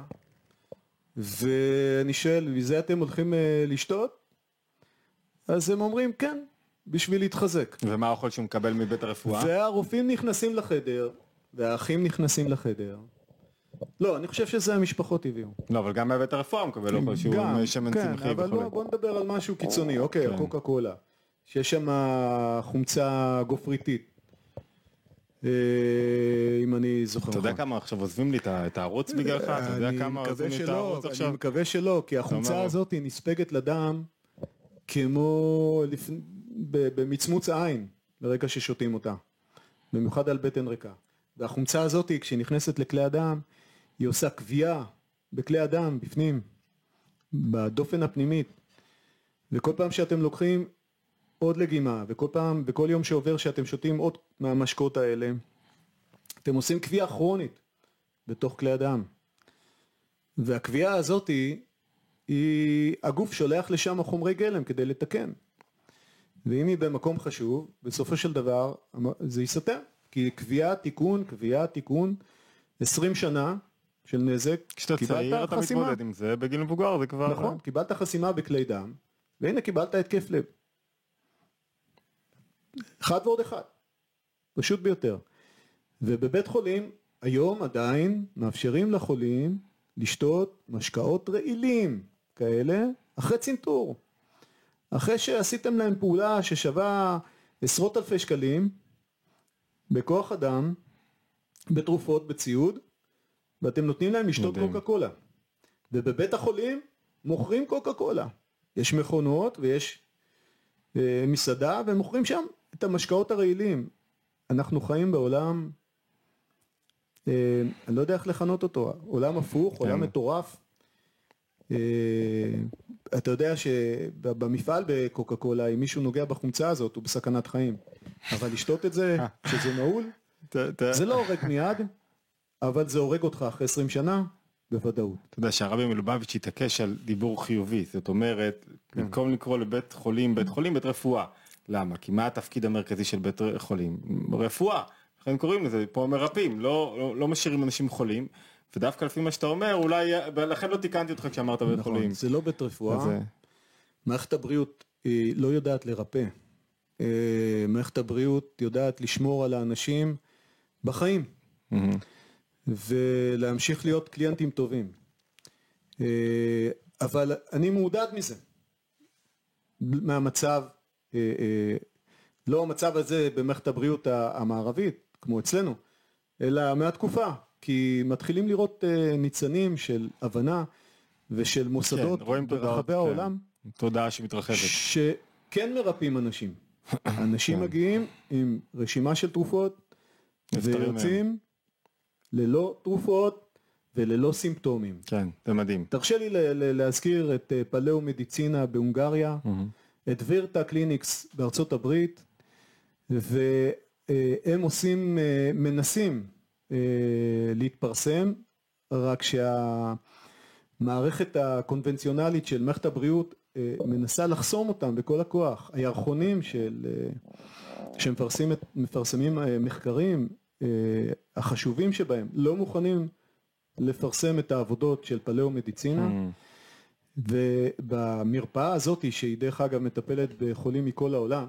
ואני שואל, וזה אתם הולכים לשתות? אז הם אומרים כן, בשביל להתחזק. ומה האוכל שהוא מקבל מבית הרפואה? והרופאים נכנסים לחדר והאחים נכנסים לחדר. לא, אני חושב שזה המשפחות הביאו. לא, אבל גם מבית הרפואה הוא מקבל אוכל שהוא שמן צמחי. כן, אבל בוא, בוא נדבר על משהו קיצוני. אוקיי, כן. קוקה קולה. שיש שם חומצה גופריתית, אם אני זוכר. אתה יודע כמה עכשיו עוזבים לי את הערוץ בגללך? אתה יודע כמה עוזבים לי את הערוץ עכשיו? אני מקווה שלא, כי החומצה הזאת היא נספגת לדם כמו במצמוץ העין, ברגע ששותים אותה, במיוחד על בטן ריקה. והחומצה הזאת, כשהיא נכנסת לכלי הדם, היא עושה קביעה בכלי הדם, בפנים, בדופן הפנימית. וכל פעם שאתם לוקחים עוד לגימה, וכל פעם, וכל יום שעובר שאתם שותים עוד מהמשקות האלה, אתם עושים קביעה כרונית בתוך כלי הדם. והקביעה הזאת היא, היא, הגוף שולח לשם חומרי גלם כדי לתקן. ואם היא במקום חשוב, בסופו של דבר, זה יסתר. כי קביעה, תיקון, קביעה, תיקון, עשרים שנה של נזק, כשאתה צעיר אתה מתמודד עם זה, בגיל מבוגר זה כבר... נכון, קיבלת חסימה בכלי דם, והנה קיבלת התקף לב. אחד ועוד אחד, פשוט ביותר. ובבית חולים, היום עדיין מאפשרים לחולים לשתות משקאות רעילים כאלה, אחרי צנתור. אחרי שעשיתם להם פעולה ששווה עשרות אלפי שקלים, בכוח אדם, בתרופות, בציוד, ואתם נותנים להם לשתות קוקה קולה. ובבית החולים מוכרים קוקה קולה. יש מכונות ויש אה, מסעדה, והם מוכרים שם את המשקאות הרעילים. אנחנו חיים בעולם, אה, אני לא יודע איך לכנות אותו, עולם הפוך, עולם מטורף. אה, אתה יודע שבמפעל בקוקה קולה, אם מישהו נוגע בחומצה הזאת, הוא בסכנת חיים. אבל לשתות את זה, שזה נעול, זה לא הורג מיד, אבל זה הורג אותך אחרי עשרים שנה, בוודאות. אתה יודע שהרבי מלובביץ' התעקש על דיבור חיובי, זאת אומרת, במקום לקרוא לבית חולים, בית חולים, בית רפואה. למה? כי מה התפקיד המרכזי של בית חולים? רפואה. לכן קוראים לזה, פה מרפאים, לא, לא, לא משאירים אנשים חולים, ודווקא לפי מה שאתה אומר, אולי, לכן לא תיקנתי אותך כשאמרת בית נכון, חולים. זה לא בית רפואה. זה... מערכת הבריאות היא לא יודעת לרפא. מערכת הבריאות יודעת לשמור על האנשים בחיים. Mm-hmm. ולהמשיך להיות קליינטים טובים. אבל אני מעודד מזה. מהמצב, לא המצב הזה במערכת הבריאות המערבית, כמו אצלנו, אלא מהתקופה, כי מתחילים לראות ניצנים של הבנה ושל מוסדות כן, ברחבי כן. העולם. תודעה שמתרחבת. שכן מרפאים אנשים. אנשים מגיעים עם רשימה של תרופות ויוצאים ללא תרופות וללא סימפטומים. כן, זה מדהים. תרשה לי להזכיר את פלאו מדיצינה בהונגריה, את וירטה קליניקס בארצות הברית, והם עושים, מנסים להתפרסם, רק שהמערכת הקונבנציונלית של מערכת הבריאות מנסה לחסום אותם בכל הכוח. הירחונים של, שמפרסמים מחקרים, החשובים שבהם, לא מוכנים לפרסם את העבודות של פלאו-מדיצינה, mm. ובמרפאה הזאת, שהיא דרך אגב מטפלת בחולים מכל העולם,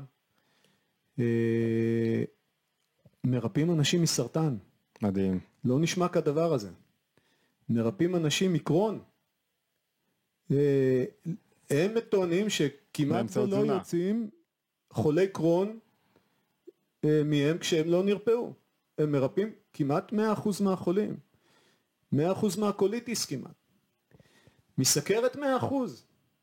מרפאים אנשים מסרטן. מדהים. לא נשמע כדבר הזה. מרפאים אנשים מקרון. הם טוענים שכמעט ולא יוצאים חולי קרון מהם כשהם לא נרפאו. הם מרפאים כמעט מאה אחוז מהחולים. מאה אחוז מהקוליטיס כמעט. מסכרת מאה אחוז.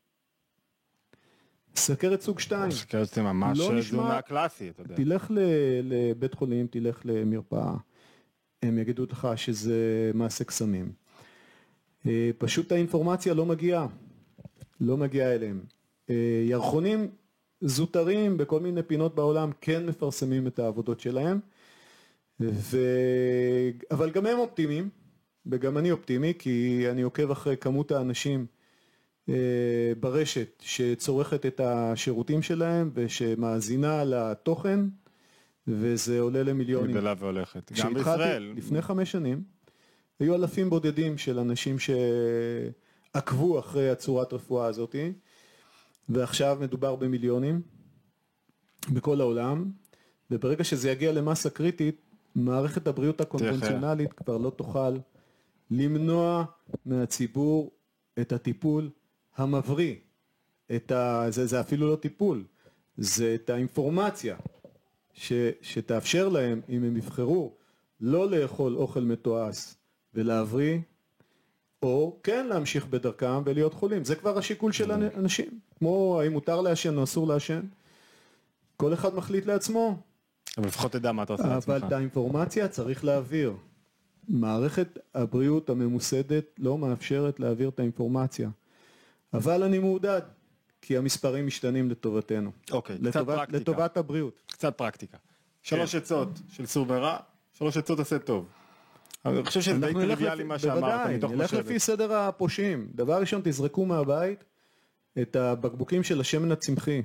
סכרת סוג שתיים. סכרת זה ממש תזונה קלאסית. תלך לבית חולים, תלך למרפאה. הם יגידו לך שזה מעשה קסמים. פשוט האינפורמציה לא מגיעה. לא מגיעה אליהם. ירחונים זוטרים בכל מיני פינות בעולם כן מפרסמים את העבודות שלהם. ו... אבל גם הם אופטימיים. וגם אני אופטימי, כי אני עוקב אחרי כמות האנשים ברשת שצורכת את השירותים שלהם ושמאזינה לתוכן, וזה עולה למיליונים. גדלה והולכת. גם בישראל. לפני חמש שנים, היו אלפים בודדים של אנשים שעקבו אחרי הצורת רפואה הזאת, ועכשיו מדובר במיליונים בכל העולם, וברגע שזה יגיע למסה קריטית, מערכת הבריאות הקונבנציונלית כבר לא תוכל למנוע מהציבור את הטיפול המבריא. את ה... זה, זה אפילו לא טיפול, זה את האינפורמציה ש... שתאפשר להם, אם הם יבחרו, לא לאכול אוכל מתועש ולהבריא, או כן להמשיך בדרכם ולהיות חולים. זה כבר השיקול של אנשים. כמו האם מותר לעשן או אסור לעשן. כל אחד מחליט לעצמו. אבל לפחות תדע מה אתה עושה לעצמך. אבל את האינפורמציה צריך להעביר. מערכת הבריאות הממוסדת לא מאפשרת להעביר את האינפורמציה. אבל אני מעודד, כי המספרים משתנים לטובתנו. אוקיי, לטובת, קצת פרקטיקה. לטובת הבריאות. קצת פרקטיקה. שלוש עצות של סור מרע, שלוש עצות עשה טוב. אני חושב שזה די טריוויאלי מה שאמרת, מתוך מחשבת. נלך לפי סדר הפושעים. דבר ראשון, תזרקו מהבית את הבקבוקים של השמן הצמחי.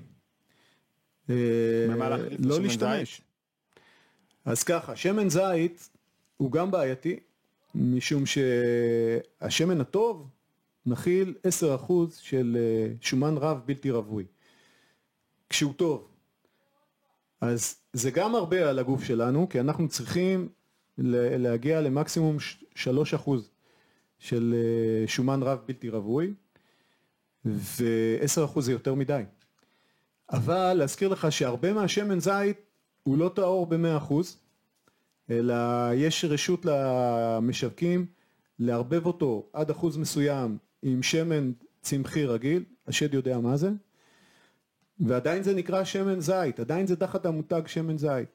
לא להשתמש. אז ככה, שמן זית הוא גם בעייתי, משום שהשמן הטוב מכיל עשרה אחוז של שומן רב בלתי רווי. כשהוא טוב. אז זה גם הרבה על הגוף שלנו, כי אנחנו צריכים להגיע למקסימום שלושה אחוז של שומן רב בלתי רווי, ו-עשרה אחוז זה יותר מדי. אבל להזכיר לך שהרבה מהשמן זית הוא לא טהור ב-מאה אחוז, אלא יש רשות למשווקים לערבב אותו עד אחוז מסוים עם שמן צמחי רגיל, השד יודע מה זה, ועדיין זה נקרא שמן זית, עדיין זה תחת המותג שמן זית.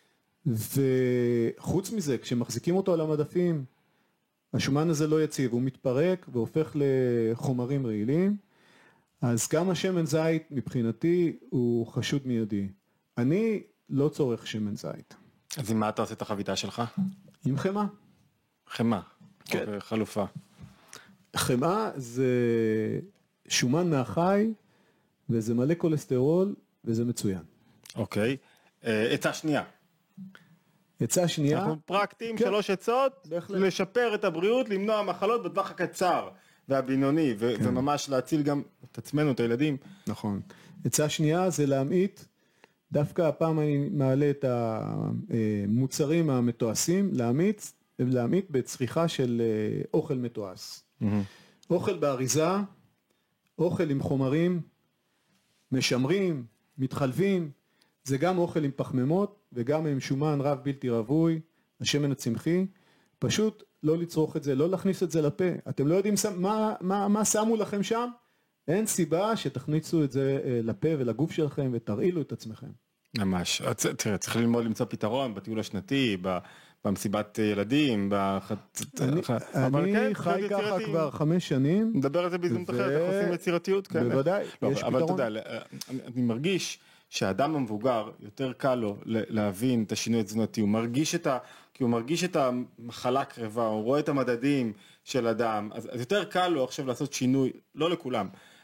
וחוץ מזה, כשמחזיקים אותו על המדפים, השומן הזה לא יציב, הוא מתפרק והופך לחומרים רעילים, אז גם השמן זית מבחינתי הוא חשוד מיידי. אני לא צורך שמן זית. אז עם מה אתה עושה את החביתה שלך? עם חמה. חמה? כן. אוקיי, חלופה. חמה זה שומן מהחי, וזה מלא כולסטרול, וזה מצוין. אוקיי. עצה שנייה. עצה שנייה. אנחנו פרקטיים, כן. שלוש עצות, בהחלט. לשפר את הבריאות, למנוע מחלות בטווח הקצר והבינוני, ו- כן. וממש להציל גם את עצמנו, את הילדים. נכון. עצה שנייה זה להמעיט, דווקא הפעם אני מעלה את המוצרים המתועשים, להמעיט, להמעיט בצריכה של אוכל מתועש. Mm-hmm. אוכל באריזה, אוכל עם חומרים, משמרים, מתחלבים, זה גם אוכל עם פחמימות וגם עם שומן רב בלתי רווי, השמן הצמחי, פשוט לא לצרוך את זה, לא להכניס את זה לפה. אתם לא יודעים מה, מה, מה שמו לכם שם? אין סיבה שתכניסו את זה לפה ולגוף שלכם ותרעילו את עצמכם. ממש. תראה, צריך ללמוד למצוא פתרון בטיול השנתי, במסיבת ילדים, אני חי ככה כבר חמש שנים. נדבר על זה בהזדמנות אחרת, איך עושים יצירתיות כאלה. בוודאי, יש פתרון. אבל אתה יודע, אני מרגיש שהאדם המבוגר יותר קל לו להבין את השינוי התזונתי, הוא מרגיש את ה... כי הוא מרגיש את המחלה קרבה, הוא רואה את המדדים של אדם, אז, אז יותר קל לו עכשיו לעשות שינוי, לא לכולם,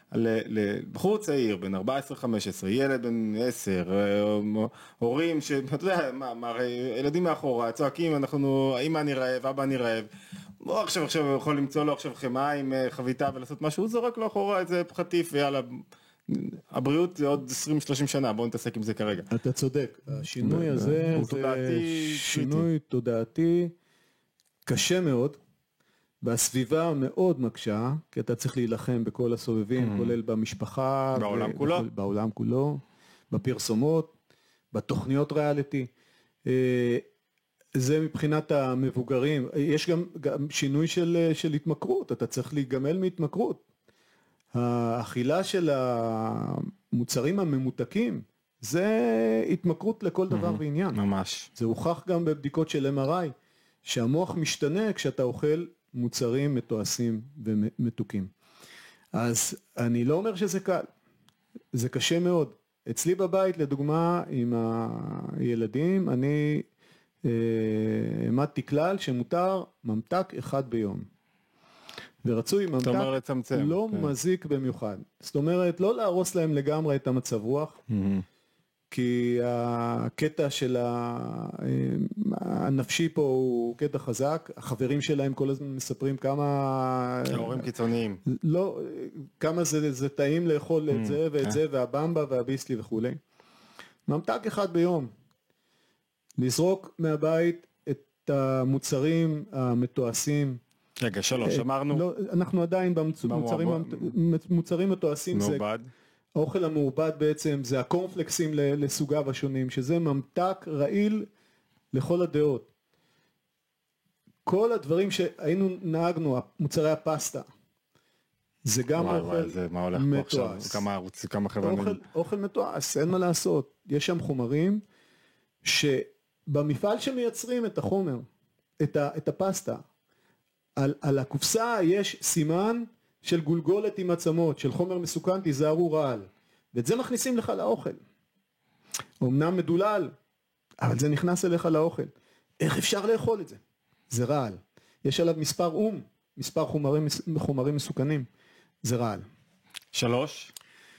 לבחור צעיר, בן ארבע עשרה חמש עשרה, ילד בן עשר, הורים שאתה יודע, מה, מה, ילדים מאחורה, צועקים, אנחנו, אמא אני רעב, אבא אני רעב, בוא עכשיו עכשיו הוא יכול למצוא לו עכשיו חמאה עם חביתה ולעשות משהו, הוא זורק לו אחורה איזה פחטיף ויאללה, הבריאות זה עוד עשרים שלושים שנה, בואו נתעסק עם זה כרגע. אתה צודק, השינוי הזה זה שינוי תודעתי קשה מאוד, והסביבה מאוד מקשה, כי אתה צריך להילחם בכל הסובבים, כולל במשפחה, בעולם כולו, בעולם כולו, בפרסומות, בתוכניות ריאליטי. זה מבחינת המבוגרים. יש גם, גם שינוי של, של התמכרות, אתה צריך להיגמל מהתמכרות. האכילה של המוצרים הממותקים, זה התמכרות לכל דבר ועניין. ממש. זה הוכח גם בבדיקות של אם אר איי, שהמוח משתנה כשאתה אוכל מוצרים מתועשים ומתוקים. אז אני לא אומר שזה קל, זה קשה מאוד. אצלי בבית, לדוגמה, עם הילדים, אני העמדתי כלל שמותר ממתק אחד ביום. ורצוי ממתק לא מזיק במיוחד. זאת אומרת, לא להרוס להם לגמרי את המצב רוח, כי הקטע של הנפשי פה הוא קטע חזק, החברים שלהם כל הזמן מספרים כמה... ההורים קיצוניים. לא, כמה זה, זה טעים לאכול את זה ואת זה, והבמבה והביסלי וכו'. ממתק אחד ביום. לזרוק מהבית את המוצרים המתועשים. רגע, שלוש, אמרנו. לא, אנחנו עדיין במוצרים מוצרים מתועשים. מעובד. האוכל המעובד בעצם זה הקורנפלקסים לסוגיו השונים, שזה ממתק רעיל לכל הדעות. כל הדברים שהיינו נהגנו, מוצרי הפסטה, זה גם וואי, אוכל וואי, זה מה הולך פה עכשיו? כמה ערוצים, כמה חבר'ה. אוכל, אוכל מתועש, אין מה לעשות. יש שם חומרים שבמפעל שמייצרים את החומר, את, ה, את הפסטה, על, על הקופסה יש סימן של גולגולת עם עצמות, של חומר מסוכן, תיזהרו רעל. ואת זה מכניסים לך לאוכל. אמנם מדולל, אבל זה נכנס אליך לאוכל. איך אפשר לאכול את זה? זה רעל. יש עליו מספר אום, מספר חומרים, חומרים מסוכנים. זה רעל. שלוש.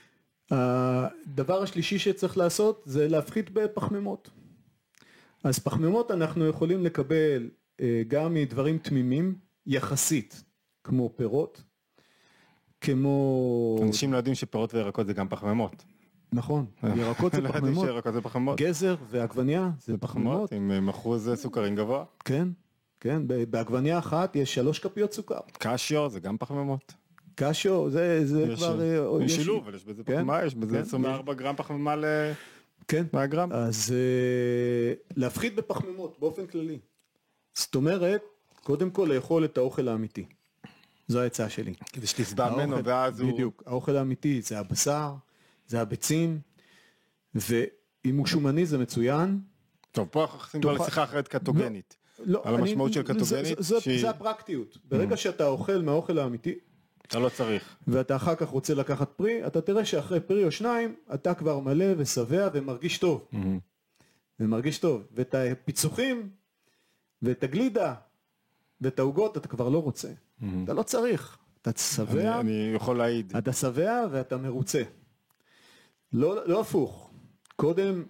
הדבר השלישי שצריך לעשות זה להפחית בפחמימות. אז פחמימות אנחנו יכולים לקבל גם מדברים תמימים, יחסית, כמו פירות, כמו... אנשים לא יודעים שפירות וירקות זה גם פחמימות. נכון, ירקות זה פחמימות. שירקות זה פחמימות. גזר ועגבניה זה פחמימות. עם אחוז סוכרים גבוה. כן, כן, בעגבניה אחת יש שלוש כפיות סוכר. קשיו זה גם פחמימות. קשיו זה, זה כבר... יש שילוב, אבל יש בזה פחמימה, יש בזה עשרים וארבעה גרם פחמימה ל... כן, מהגרם. אז להפחית בפחמימות באופן כללי. זאת אומרת, קודם כל לאכול את האוכל האמיתי. זו ההצעה שלי. כדי שתסבע ממנו ואז הוא... בדיוק, האוכל האמיתי זה הבשר, זה הביצים, ואם הוא שומני זה מצוין. טוב, פה אנחנו נכנסים כבר לשיחה אחרת קטוגנית. לא, על המשמעות של קטוגנית. זה הפרקטיות. ברגע שאתה אוכל מהאוכל האמיתי, אתה לא צריך. ואתה אחר כך רוצה לקחת פרי, אתה תראה שאחרי פרי או שניים, אתה כבר מלא ושבע ומרגיש טוב. ומרגיש טוב. ואת הפיצוחים, ואת הגלידה, ואת העוגות, אתה כבר לא רוצה. אתה לא צריך. אתה שבע. אני יכול להעיד. אתה שבע ואתה מרוצה. לא, לא הפוך. קודם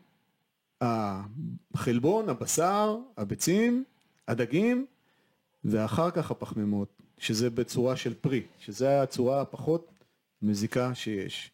החלבון, הבשר, הביצים, הדגים, ואחר כך הפחמימות, שזה בצורה של פרי, שזה הצורה הפחות מזיקה שיש.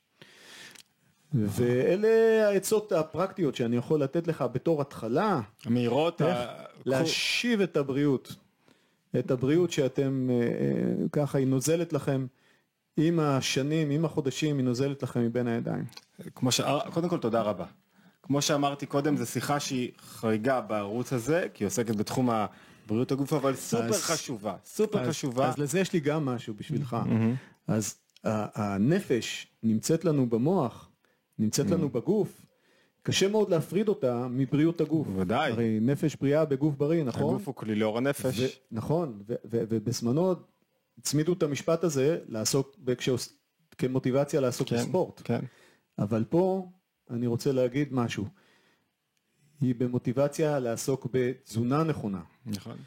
ואלה העצות הפרקטיות שאני יכול לתת לך בתור התחלה. המהירות. להשיב את הבריאות. את הבריאות שאתם, ככה היא נוזלת לכם עם השנים, עם החודשים, היא נוזלת לכם מבין הידיים. כמו ש... קודם כל תודה רבה. כמו שאמרתי קודם, זו שיחה שהיא חריגה בערוץ הזה, כי היא עוסקת בתחום הבריאות הגוף, אבל סופר אז, חשובה, סופר אז, חשובה. אז לזה יש לי גם משהו בשבילך. Mm-hmm. אז הנפש נמצאת לנו במוח, נמצאת mm-hmm. לנו בגוף, קשה מאוד להפריד אותה מבריאות הגוף. ודאי. הרי נפש בריאה בגוף בריא, נכון? הגוף הוא כלי לאור הנפש. ו- נכון, ו- ו- ובזמנו הצמידו את המשפט הזה לעסוק, בכש- כמוטיבציה לעסוק כן, בספורט. כן. אבל פה אני רוצה להגיד משהו. היא במוטיבציה לעסוק בתזונה נכונה. נכון.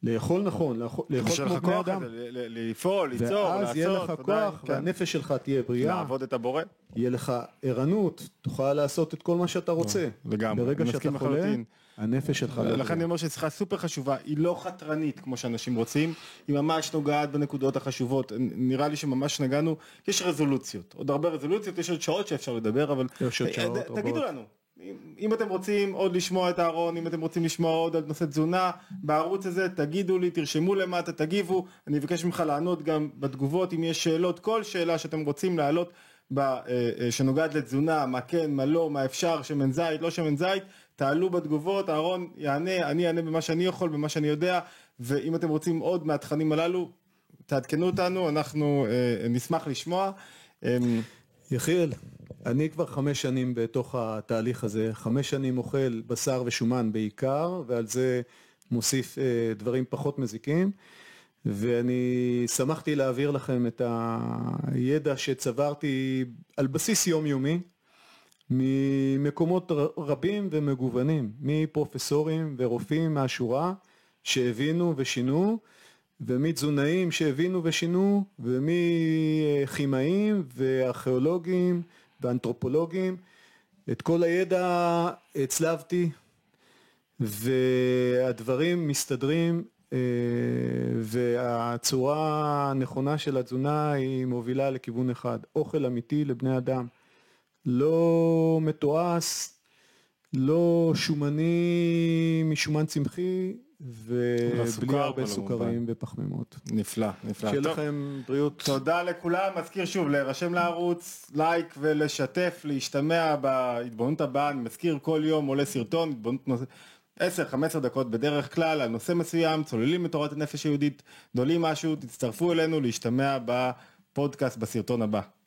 לאכול נכון, לאכול כמו בני אדם. לפעול, ליצור, לעשות. ואז יהיה לך כוח, והנפש שלך תהיה בריאה. לעבוד את הבורא. יהיה לך ערנות, תוכל לעשות את כל מה שאתה רוצה. לגמרי. ברגע שאתה חולה, הנפש שלך... לכן אני אומר ששיחה סופר חשובה, היא לא חתרנית כמו שאנשים רוצים, היא ממש נוגעת בנקודות החשובות, נראה לי שממש נגענו, יש רזולוציות, עוד הרבה רזולוציות, יש עוד שעות שאפשר לדבר, אבל תגידו לנו, אם אתם רוצים עוד לשמוע את הארון, אם אתם רוצים לשמוע עוד על נושא תזונה, בערוץ הזה תגידו לי, תרשמו למטה, תגיבו, אני אבקש ממך לענות גם בתגובות, אם יש שאלות, כל שאלה שאתם רוצים להעלות, שנוגעת לתזונה, מה כן, מה לא, מה אפשר, שמן זית, לא שמן זית, תעלו בתגובות, הארון יענה, אני יענה במה שאני יכול, במה שאני יודע, ואם אתם רוצים עוד מהתכנים הללו, תעדכנו אותנו, אנחנו אה, נשמח לשמוע. יחיאל, אני כבר חמש שנים בתוך התהליך הזה, חמש שנים אוכל בשר ושומן בעיקר, ועל זה מוסיף אה, דברים פחות מזיקים, ואני שמחתי להעביר לכם את הידע שצברתי על בסיס יומיומי, ממקומות רבים ומגוונים, מפרופסורים ורופאים מהשורה שהבינו ושינו, ומתזונאים שהבינו ושינו, ומכימאים וארכיאולוגים ואנתרופולוגים. את כל הידע הצלבתי, והדברים מסתדרים, והצורה הנכונה של התזונה היא מובילה לכיוון אחד, אוכל אמיתי לבני אדם. לא מתועש, לא שומני משומן צמחי, ובלי הרבה סוכרים ופחמימות. נפלא, נפלא. שיהיה לכם בריאות. תודה לכולם, מזכיר שוב, להירשם לערוץ, לייק ולשתף, להשתמע בהתבוננות הבאה, אני מזכיר כל יום עולה סרטון, התבוננות נושא, עשר חמש עשרה דקות בדרך כלל, על נושא מסוים, צוללים מתורת הנפש היהודית, דולים משהו, תצטרפו אלינו להשתמע בפודקאסט בסרטון הבא.